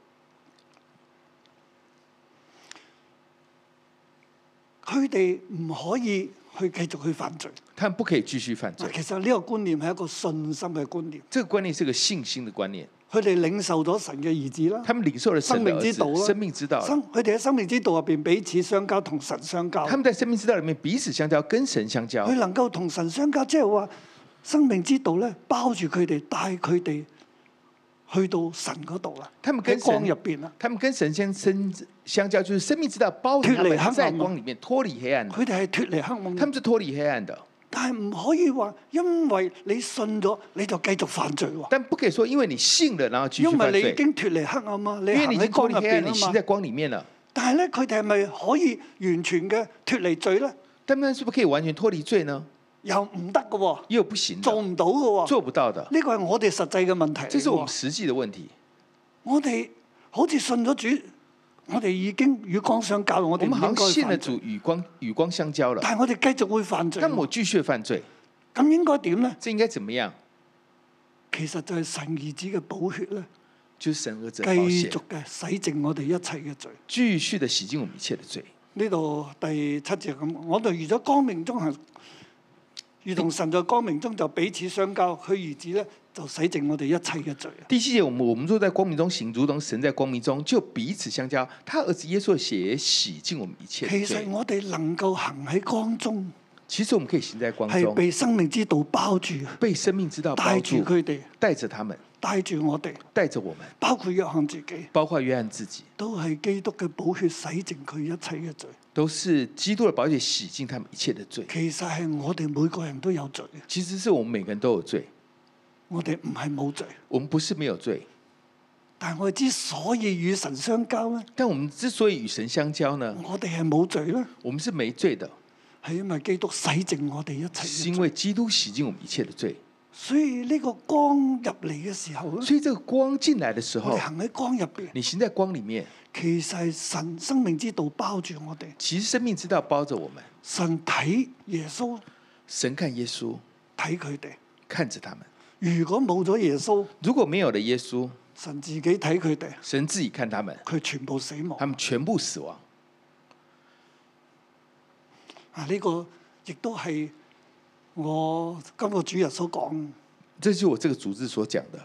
佢哋唔可以去繼續去犯罪。 他們不可以繼續犯罪。 其實呢個觀念係一個信心嘅觀念。 這個觀念是個信心的觀念。 佢哋領受咗神嘅兒子啦， 他們領受了神的兒子生命之道啦， 生命之道。 生佢哋喺生命之道入邊彼此相交，同神相交。 他們在生命之道裡面彼此相交，跟神相交。 佢能夠同神相交，即係話生命之道咧包住佢哋，帶佢哋去到神嗰度啦。 他們跟喺光神入邊啦， 他們跟神相相相交，就是生命之道包住他們，在光裡面脫離黑暗。 佢哋係脫離黑暗， 他們是脫離黑暗的。 但係唔可以話，因為你信咗你就繼續犯罪喎。 但不可以說，因為你信了，然後繼續犯罪。 因為你已經脫離黑暗啊，你因為你已經行喺光入脫離黑暗， 邊啊嘛你行在。光裡面了。 但係咧，佢哋係咪可以完全嘅脫離罪咧？ 但係是不是可以完全脫離罪呢？ 又唔得嘅喎， 又不行的， 做唔到嘅喎， 做不到的。 呢個係我哋實際嘅問題嚟嘅喎。 這是我們實際的問題。 我哋好似信咗主，我哋已經與光相交，我哋我們好唔應該像信了犯罪。 主，與光與光相交了。 但係我哋繼續會犯罪。 但我繼續犯罪， 咁應該點咧？ 這應該怎麼樣？ 其實就係神兒子嘅寶血咧， 就是神兒子繼的寶血， 續嘅洗淨我哋一切嘅罪。 繼續的洗淨我們一切的罪。 呢度第七節咁，我哋如咗光明中行，如同神在光明中就彼此相交，佢兒子咧就洗淨我哋一切嘅罪。 第七節，我們我們若在光明中行，如同神在光明中，就彼此相交。他兒子耶穌的血也洗淨我們一切的罪。 其實我哋能夠行喺光中， 其實我們可以行在光係中， 被生命之道包住， 被生命之道包帶住住，佢哋， 帶着他們， 帶住我哋， 帶着我們， 包括約翰自己， 包括約翰自己， 都係基督嘅寶血洗淨佢一切嘅罪。 都是基督的寶血洗淨他們一切的罪。 其實係我哋每個人都有罪， 其實是我們每個人都有罪， 我哋唔係冇罪， 我們不是沒有罪， 但係我哋之所以與神相交咧， 但我們之所以與神相交呢， 我哋係冇罪咧， 我們是沒罪的， 係因為基督洗淨我哋一切是嘅罪。 因為基督洗淨我們一切的罪。 所以呢個光入嚟嘅時候咧， 所以這個光進來的時候我哋，行喺光入邊， 你行在光裡面， 其實係神生命之道包住我哋。 其實生命之道包着我們。 神睇耶穌， 神看耶穌， 睇佢哋。 看着他們。 如果冇咗耶穌， 如果沒有了耶穌， 神自己睇佢哋， 神自己看他們， 佢全部死亡。 他們全部死亡。 啊！呢個亦都係我今個主日所講。 這就是我這個主日所講的。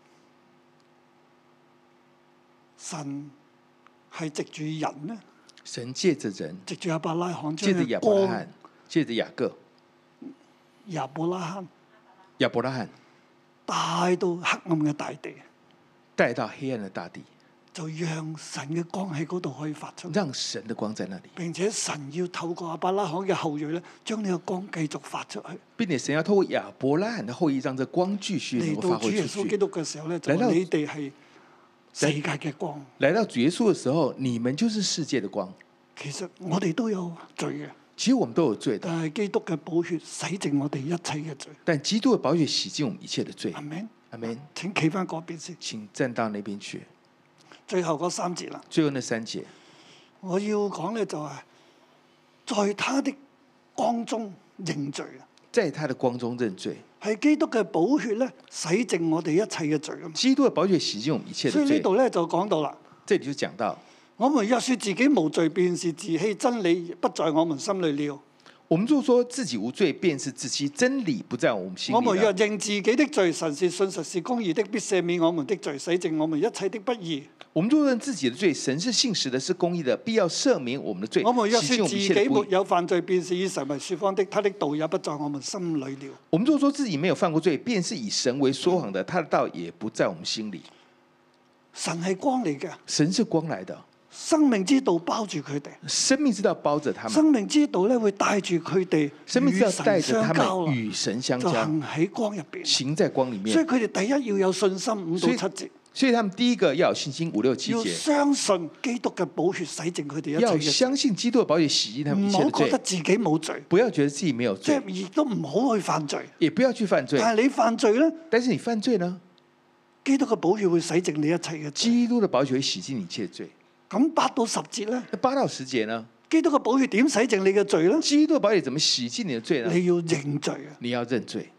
神係藉住人呢， 神借着人， 藉住亞伯拉罕， 借着亞伯拉罕，借着雅各， 亞伯拉罕亞伯拉罕帶到黑暗嘅大地， 帶到黑暗的大地， 就讓神嘅光喺嗰度可以發出， 讓神的光在那裡。 並且神要透過亞伯拉罕嘅後裔咧，將呢個光繼續發出去。 並且神要透過亞伯拉罕的後裔，讓這光繼續能嚟夠發到主耶揮出去。 穌基督嘅時候咧，就話你哋係世界嘅光。 來到主耶穌的時候，你們就是世界的光。 其實我哋都有罪嘅， 其實我們都有罪的， 但係基督嘅寶血洗淨我哋一切嘅罪。 但基督的寶血洗淨我們一切的罪。 阿門。 阿門。 請企翻嗰邊先。 請站到那邊去。 最後嗰三節啦。 最後那三節， 我要講咧就係在他的光中認罪啊！ 在他的光中認罪， 係基督嘅寶血咧洗淨我哋一切嘅罪啊！ 基督的寶血洗淨我們一切的罪。 所以呢度咧就講到啦。 這裡就講到， 我們若說自己無罪，便是自欺，真理不在我們心裏了。 我們就說自己無罪，便是自欺，真理不在我們心裡了。 我們若認自己的罪，神是信實是公義的，必赦免我們的罪，洗淨我們一切的不義。 我們若認自己的罪，神是信實的，是公義的，必要赦免我們的罪， 我們若洗淨我說自己們一切的不義。 沒有犯罪，便是以神為說謊的，他的道也不在我們心裏了。 我們就說自己沒有犯過罪，便是以神為說謊的，他的道也不在我們心裡。 神係光嚟嘅， 神是光來的， 生命之道包住佢哋。 生命之道包着他們， 生命之道咧會帶住佢哋生命之道帶與着他神相交啦， 們與神相交， 就行喺光入邊。 行在光裡面。 所以佢哋第一要有信心，五到七節。 所以他們第一個要有信心，五六七要節， 相信基督嘅寶血洗淨佢哋一切要嘅罪， 相信基督的寶血洗淨他們唔一切的罪， 好覺得自己冇罪， 不要覺得自己沒有罪， 即係亦都唔好去犯罪。 也不要去犯罪。 但係你犯罪咧， 但是你犯罪呢？ 基督嘅寶血會洗淨你一切嘅罪。 基督的寶血會洗淨你一切的罪。 咁八到十節咧， 那八到十節呢？ 基督嘅寶血點洗淨你嘅罪咧？ 基督的寶血怎麼洗淨你的罪呢？ 你要認罪啊！ 你要認罪，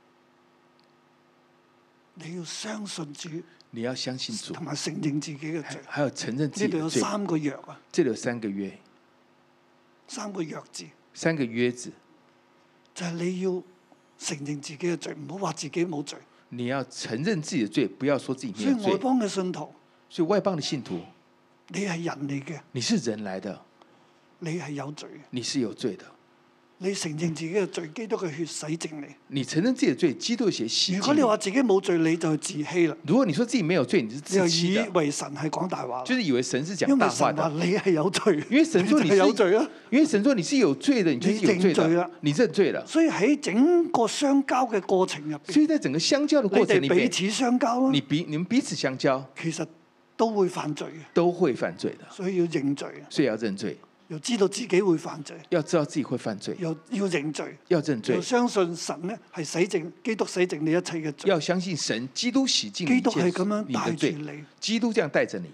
你要相信主， 你要相信主， 同埋承認自己嘅罪。 還有承認自呢度有己的罪。 三個約啊， 這裡有三個約， 三個約字， 三個約字， 就係你要承認自己嘅罪，唔好話自己冇罪。 你要承認自己的罪，不要說自己所沒有罪。 以外邦嘅信徒， 所以外邦的信徒， 你係人嚟嘅， 你是人來的， 你係有罪嘅。 你是有罪的。 你承認自己嘅罪，基督嘅血洗淨你。 你承認自己的罪，基督的血洗淨你。 如果你話自己冇罪，你就自欺啦。 如果你說自己沒有罪，你是你就自欺的， 以為神係講大話， 就是以為神是講因為大話的。 神話你係有罪， 因為神說你就係有罪啦。 因為神說你是有罪的，你就是有罪你認罪的啦， 你認罪了。 所以喺整個相交嘅過程入邊， 所以在整個相交的你過程裏面， 哋彼此相交啦你，彼你們彼此相交其實都會犯罪嘅， 都會犯罪的， 所以要認罪啊， 所以要認罪， 又知道自己會犯罪， 要知道自己會犯罪， 又要認罪， 要認罪又，相信神咧係洗淨基督洗淨你一切嘅罪， 要相信神，基督洗淨你基督係一切咁樣帶住你的罪， 你。 基督這樣帶着你。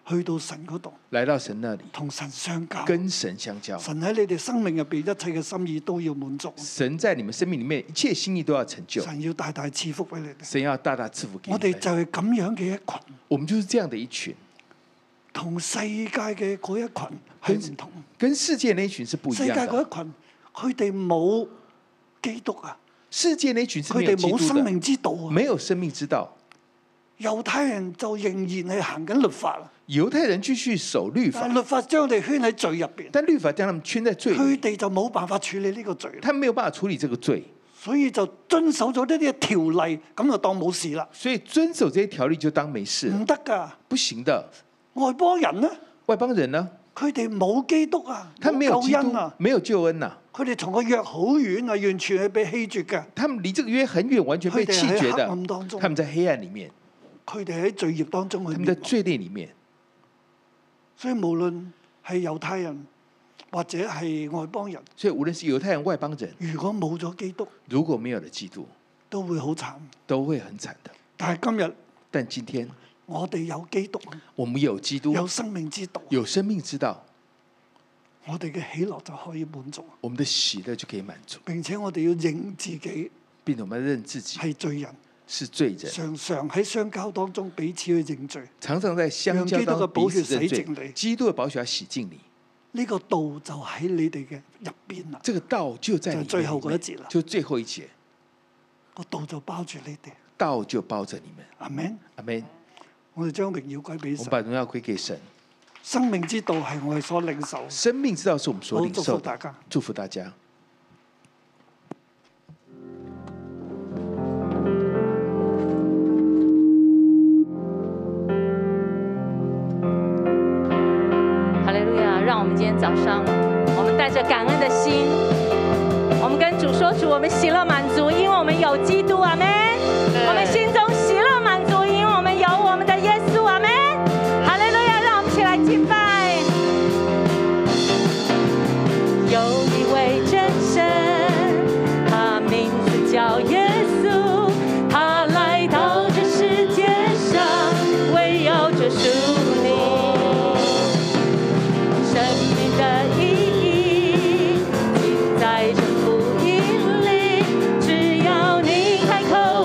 去到神嗰度， 來到神那裡， 同神相交， 跟神相交。 神喺你哋生命入邊一切嘅心意都要滿足。 神在你們生命裡面一切心意都要成就。 神要大大賜福俾你哋。 神要大大賜福給你們。 我哋就係咁樣嘅一群， 我們就是這樣的一群， 同世界嘅嗰一群係唔同。 跟世界那一群是不一樣的。 世界嗰一群，佢哋冇基督啊！ 世界那一群是沒有基督的， 佢哋冇生命之道啊！ 沒有生命之道。 猶太人就仍然係行緊律法啊！ 猶太人繼續守律法， 但律法將佢哋圈喺罪入邊。 但律法將他們圈在罪裏， 佢哋就冇辦法處理呢個罪。 他們沒有辦法處理這個罪， 所以就遵守咗呢啲條例，咁就當冇事啦。 所以遵守這些條例就當沒事。 唔得㗎， 不行的。 外邦人呢？ 外邦人呢？ 佢哋冇基督啊， 他沒有救恩啊， 沒有救恩啊。 佢哋同個約好遠啊，完全係被棄絕嘅。 他們離這個約很遠，完全被棄絕的。他們在黑暗裡面， 佢哋喺罪孽當中去。 他們在罪孽裡面。 所以無論係猶太人或者係外邦人， 所以無論是猶太人、外邦人， 如果冇咗基督， 如果沒有了基督， 都會好慘， 都會很慘的。 但係今日， 但今天我哋有基督， 我們有基督， 有生命之道， 有生命之道， 我哋嘅喜樂就可以滿足， 我們的喜樂就可以滿足， 並且我哋要認自己， 並且我們認自己係罪人。 是罪人， 常常喺相交當中彼此去認罪， 常常在相交當中彼此認罪。基督嘅寶血要洗淨你， 呢個道就喺你哋嘅入邊啦。 這個道就在你就最後嗰一節啦， 就最後一節， 個道就包住你哋， 道就包着你們。 阿們， 阿們。 我哋將榮耀歸俾神， 我把榮耀歸給神。 生命之道係我哋所領受， 生命之道是我們所領受的。 祝福大家， 祝福大家。 讓我們今天早上，我們帶着感恩的心，我們跟主說：主，我們喜樂滿足，因為我們有基督，阿們。我們心中喜樂滿足，因為我們有我們的耶穌，阿們。哈利路亞！讓我們一起來敬拜。有一位真神，他名字叫耶穌，他來到這世界上，為要救贖。在這福音裡，只要你開口。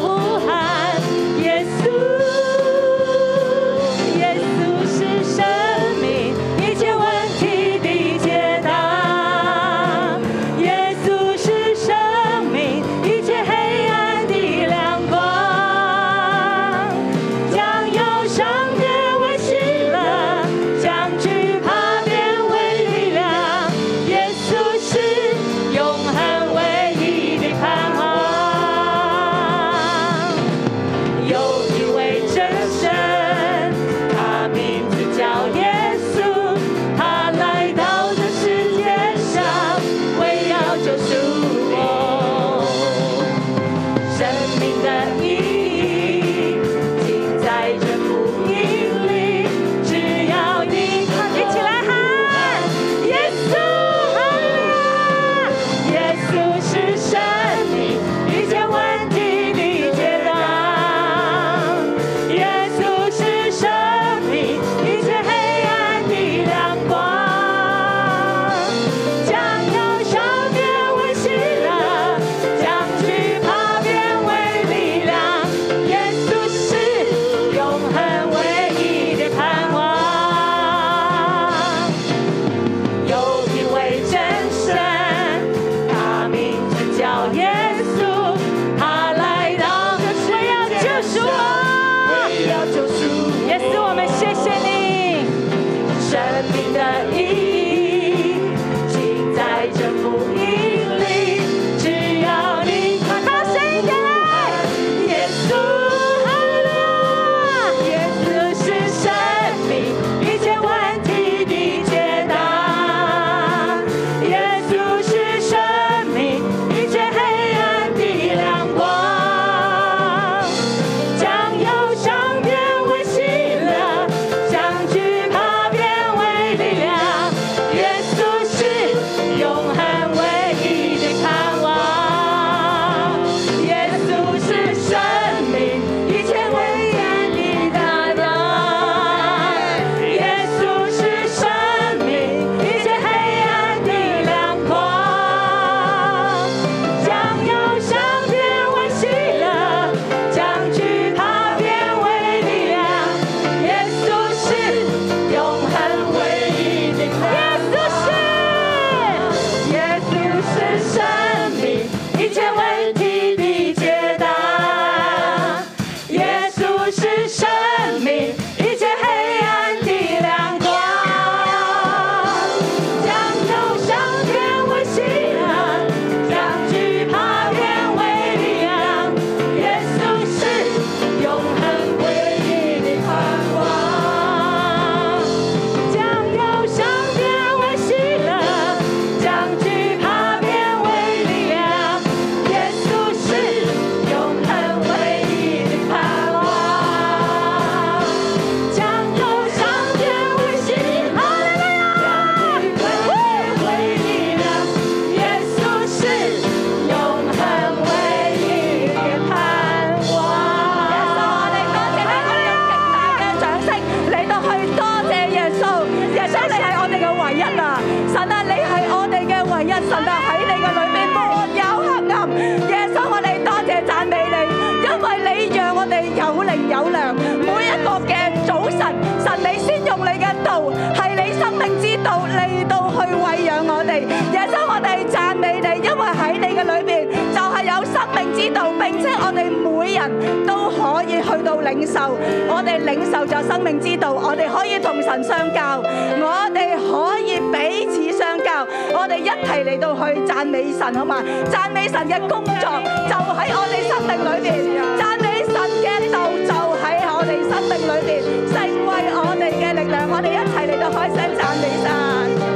有糧。每一個嘅早晨，神你先用你嘅道，係你生命之道嚟到去餵養我哋。耶穌，我哋讚美你，因為喺你嘅裏邊就係有生命之道，並且我哋每人都可以去到領受。我哋領受咗生命之道，我哋可以同神相交，我哋可以彼此相交，我哋一齊嚟到去讚美神，好嘛？讚美神嘅工作就喺我哋生命裏邊，讚美神嘅道就喺我哋生命裏邊，成為我哋嘅力量。我哋一齊嚟到開聲讚美神。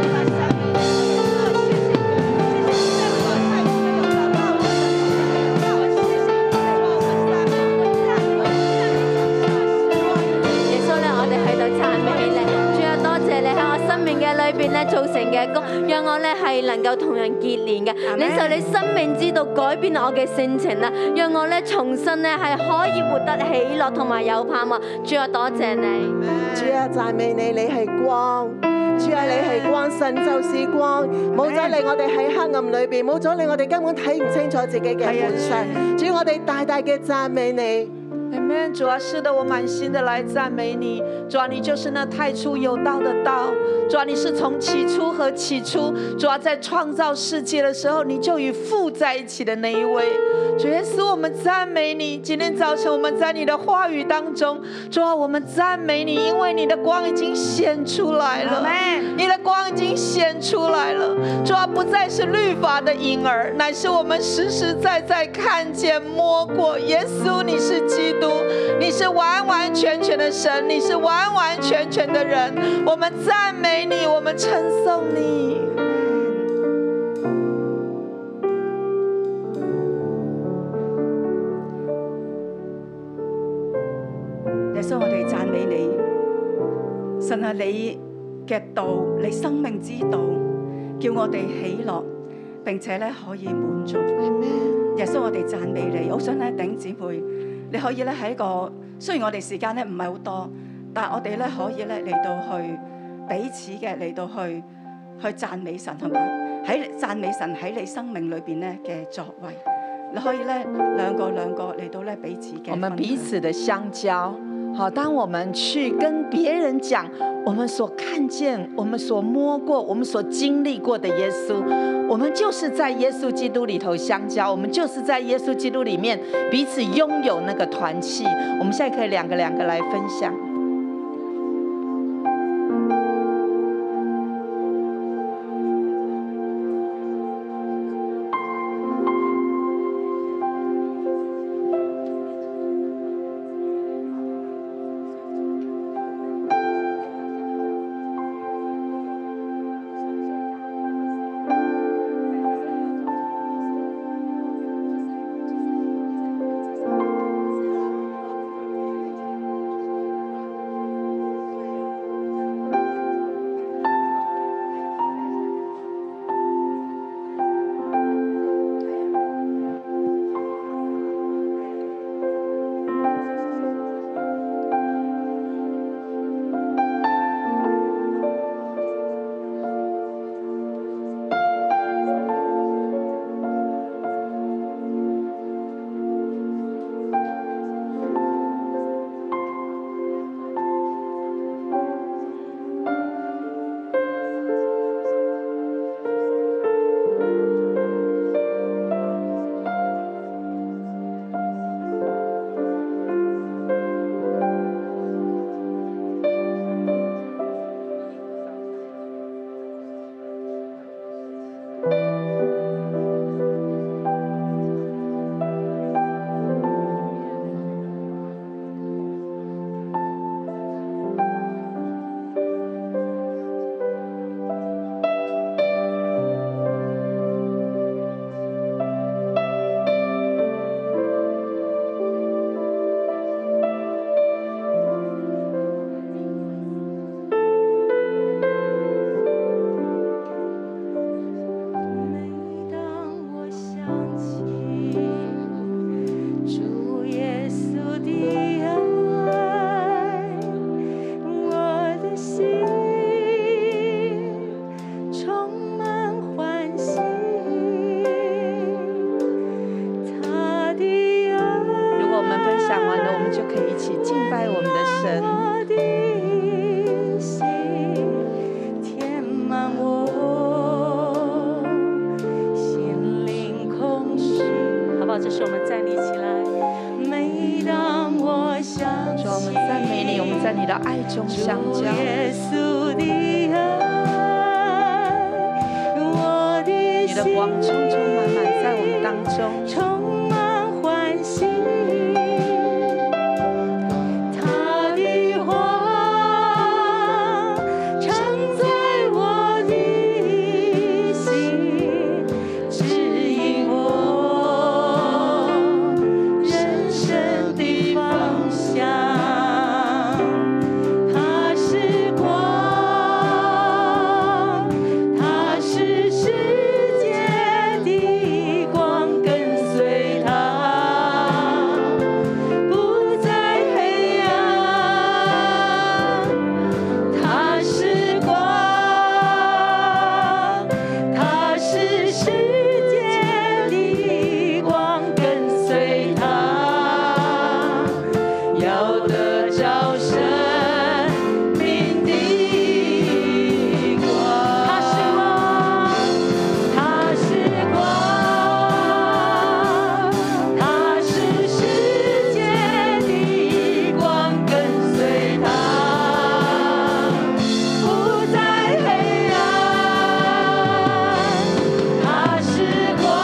嘅裏邊咧造成嘅功，讓我咧係能夠同人結連嘅，領受你生命之道改變我嘅性情啦，讓我咧重新咧係可以活得喜樂同埋有盼望。主啊，多謝你， 主啊，讚美你，你係光。主啊，你係光，神就是光。冇咗你，我哋喺黑暗裏邊；冇咗你，我哋根本睇唔清楚自己嘅本相。主，我哋大大嘅讚美你。 Amen。主啊，是的，我滿心的來讚美你。主啊，你就是那太初有道的道。主啊，你是從起初和起初，主啊，在創造世界的時候，你就與父在一起的那一位。主耶穌，我們讚美你。今天早晨我們在你的話語當中，主啊，我們讚美你，因為你的光已經顯出來了。你的光已經顯出來了。主啊，不再是律法的影兒，乃是我們實實在在看見摸過。耶穌，你是基督，你是完完全全的神，你是完完全全的人。我們讚美你，我們稱頌你。 耶穌，我哋讚美你，神啊，你嘅道，你生命之道，叫我哋喜樂，並且咧可以滿足。耶穌，我哋讚美你。我想咧，弟兄姊妹，你可以咧喺一個，雖然我哋時間咧唔係好多，但係我哋咧可以咧嚟到去彼此嘅嚟到去去讚美神，係嘛？喺讚美神喺你生命裏邊咧嘅作為，你可以咧兩個兩個嚟到咧彼此嘅。 我們彼此的相交。好，當我們去跟別人講我們所看見、我們所摸過、我們所經歷過的耶穌，我們就是在耶穌基督裡頭相交，我們就是在耶穌基督裡面彼此擁有那個團契。我們現在可以兩個兩個來分享。 就可以一起敬拜我们的神。 我的心填满我心灵空虚，好不好？这时我们站立起来。每当我想起， 主，我们赞美你，我们在你的爱中相交。 耶稣的爱，我的你的光充充满满在我们当中， 充满欢喜。他的话常在我的心，指引我人生的方向。他是光，他是世界的光，跟随他，不再黑暗。他是光，他是世界的光，跟随他，要得着生命的光。他是光，他是光，他是世界的光，跟随他，不再黑暗。他是光，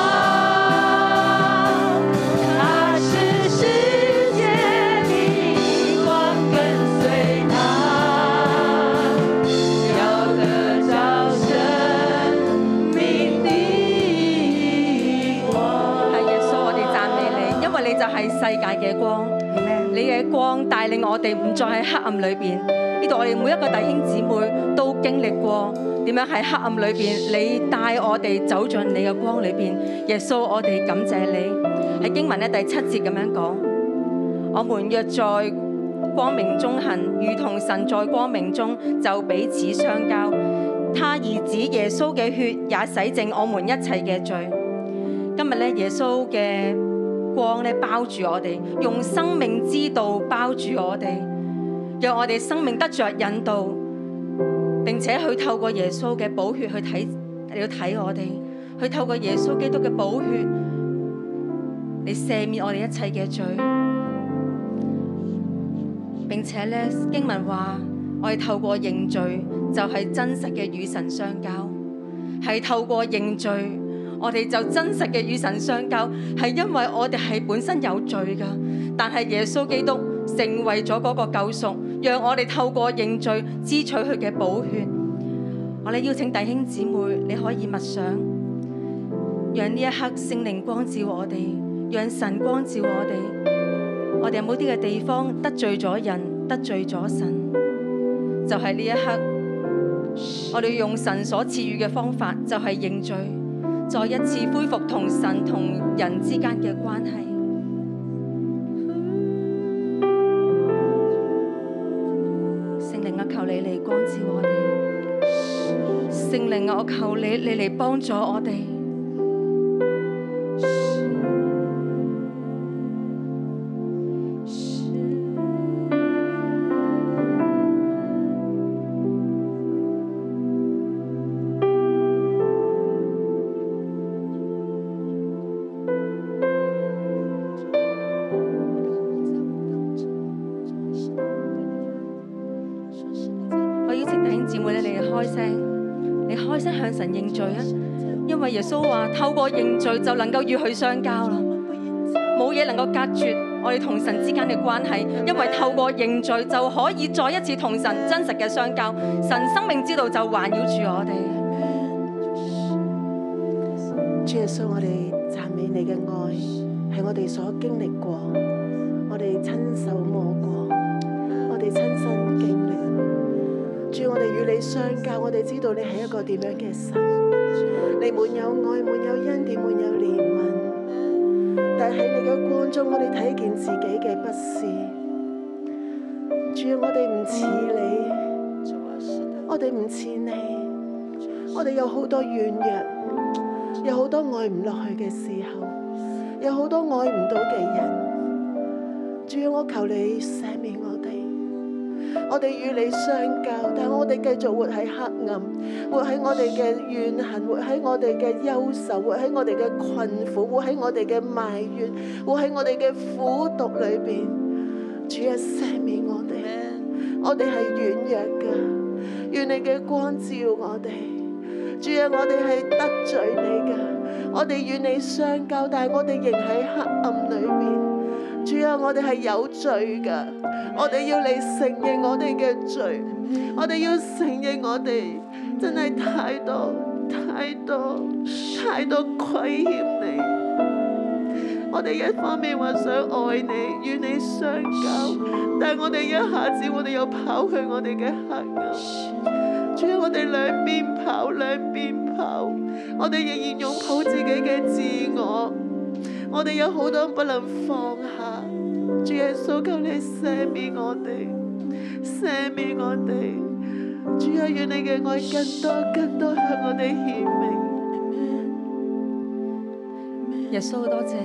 他是世界的光，跟随他，要得着生命的光。係耶穌，我哋讚美你，因為你就係世界嘅光，你嘅光帶領我哋唔再喺黑暗裏邊。呢度我哋每一個弟兄姊妹都經歷過點樣喺黑暗裏邊，你帶我哋走進你嘅光裏邊。耶穌，我哋感謝你。喺經文咧第七節咁樣講，我們若在光明中行，如同神在光明中，就彼此相交。他兒子耶穌嘅血也洗淨我們一切嘅罪。今日咧，耶穌嘅光咧包住我哋，用生命之道包住我哋，讓我哋生命得着引導，並且去透過耶穌嘅寶血去睇，你要睇我哋，去透過耶穌基督嘅寶血，你赦免我哋一切嘅罪。並且咧，經文話我哋透過認罪就係真實嘅與神相交，係透過認罪我哋就真實嘅與神相交，係因為我哋係本身有罪㗎，但係耶穌基督成為咗嗰個救贖，讓我哋透過認罪支取佢嘅寶血。我哋邀請弟兄姊妹，你可以默想，讓呢一刻聖靈光照我哋，讓神光照我哋。我哋有冇啲嘅地方得罪咗人，得罪咗神？就係呢一刻，我哋用神所賜予嘅方法，就係認罪，再一次恢復同神同人之間嘅關係。聖靈啊，求你嚟光照我哋。聖靈啊，我求你，你嚟幫助我哋。向神認罪啊！因為耶穌話透過認罪就能夠與佢相交啦，冇嘢能夠隔絕我哋同神之間嘅關係，因為透過認罪就可以再一次同神真實嘅相交，神生命之道就環繞住我哋。 主耶穌，我哋讚美你嘅愛係我哋所經歷過，我哋親手摸過，我哋親身經歷。主，我哋與你相交，我哋知道你係一個點樣嘅神，你滿有愛，滿有恩典，滿有憐憫。但係喺你嘅光中，我哋睇見自己嘅不是。主，我哋唔似你，我哋唔似你，我哋有好多軟弱，有好多愛唔落去嘅時候，有好多愛唔到嘅人。 主啊，我求你赦免我哋。我哋與你相交，但我哋繼續活喺黑暗，活喺我哋嘅怨恨，活喺我哋嘅憂愁，活喺我哋嘅困苦，活喺我哋嘅埋怨，活喺我哋嘅苦毒裏邊。主啊，赦免我哋，我哋係軟弱㗎，願你嘅光照我哋。主啊，我哋係得罪你㗎，我哋與你相交，但係我哋仍喺黑暗裏邊。主啊，我哋係有罪㗎，我哋要你承認我哋嘅罪，我哋要承認我哋真係太多太多太多虧欠你。我哋一方面話想愛你，與你相交，但係我哋一下子我哋又跑去我哋嘅黑暗。主啊，我哋兩邊跑兩邊跑，我哋仍然擁抱自己嘅自我。我哋有好多不能放下，主耶穌，求你赦免我哋，赦免我哋。主啊，願你嘅愛更多更多向我哋顯明。 耶穌，多謝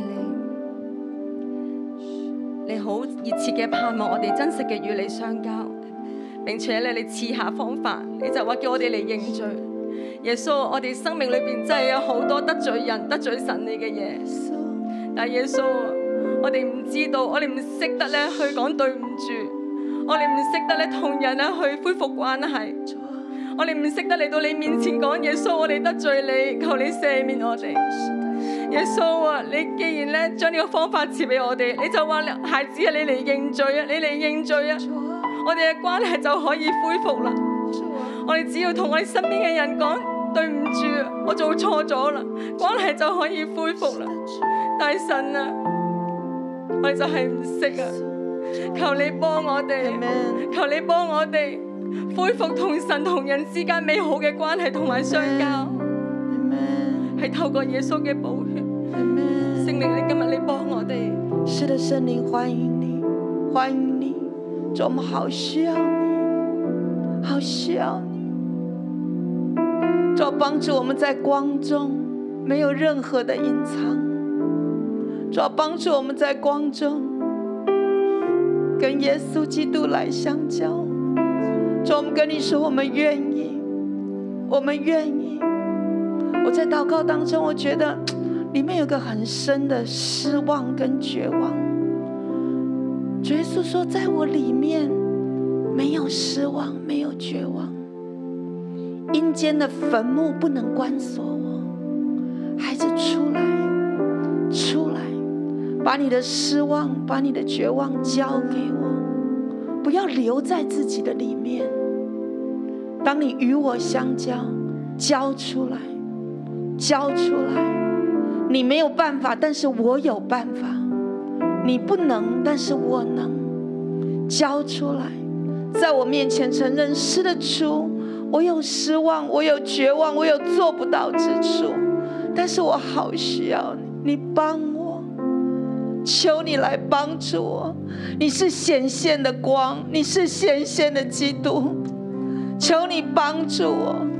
你，你好熱切嘅盼望我哋真實嘅與你相交，並且咧你賜下方法，你就話叫我哋嚟認罪。耶穌，我哋生命裏邊真係有好多得罪人、得罪神你嘅嘢。但耶穌，我哋唔知道，我哋唔識得咧去講對唔住，我哋唔識得咧同人咧去恢復關係，我哋唔識得嚟到你面前講耶穌，我哋得罪你，求你赦免我哋。耶穌啊，你既然咧將呢個方法賜俾我哋，你就話孩子啊，你嚟認罪啊，你嚟認罪啊，我哋嘅關係就可以恢復啦。我哋只要同我哋身邊嘅人講對唔住，我做錯咗啦，關係就可以恢復啦。大神啊，我哋就係唔識啊，求你幫我哋，求你幫我哋恢復同神同人之間美好嘅關係同埋相交，係透過耶穌嘅寶血。聖靈，你今日你幫我哋。 是的，聖靈歡迎你，歡迎你，主，我們好需要你，好需要你，主，幫助我們在光中沒有任何的隱藏。主要幫助我們在光中跟耶穌基督來相交。主，我們跟你說，我們願意，我們願意。我在禱告當中，我覺得裡面有個很深的失望跟絕望。主耶穌說，在我裡面沒有失望，沒有絕望，陰間的墳墓不能關鎖我。孩子，出來，出來。把你的失望，把你的絕望交給我，不要留在自己的裡面。當你與我相交，交出來，交出來。你沒有辦法，但是我有辦法；你不能，但是我能。交出來，在我面前承認，是的，主，我有失望，我有絕望，我有做不到之處，但是我好需要你，你幫我。求你來幫助我，你是顯現的光，你是顯現的基督，求你幫助我，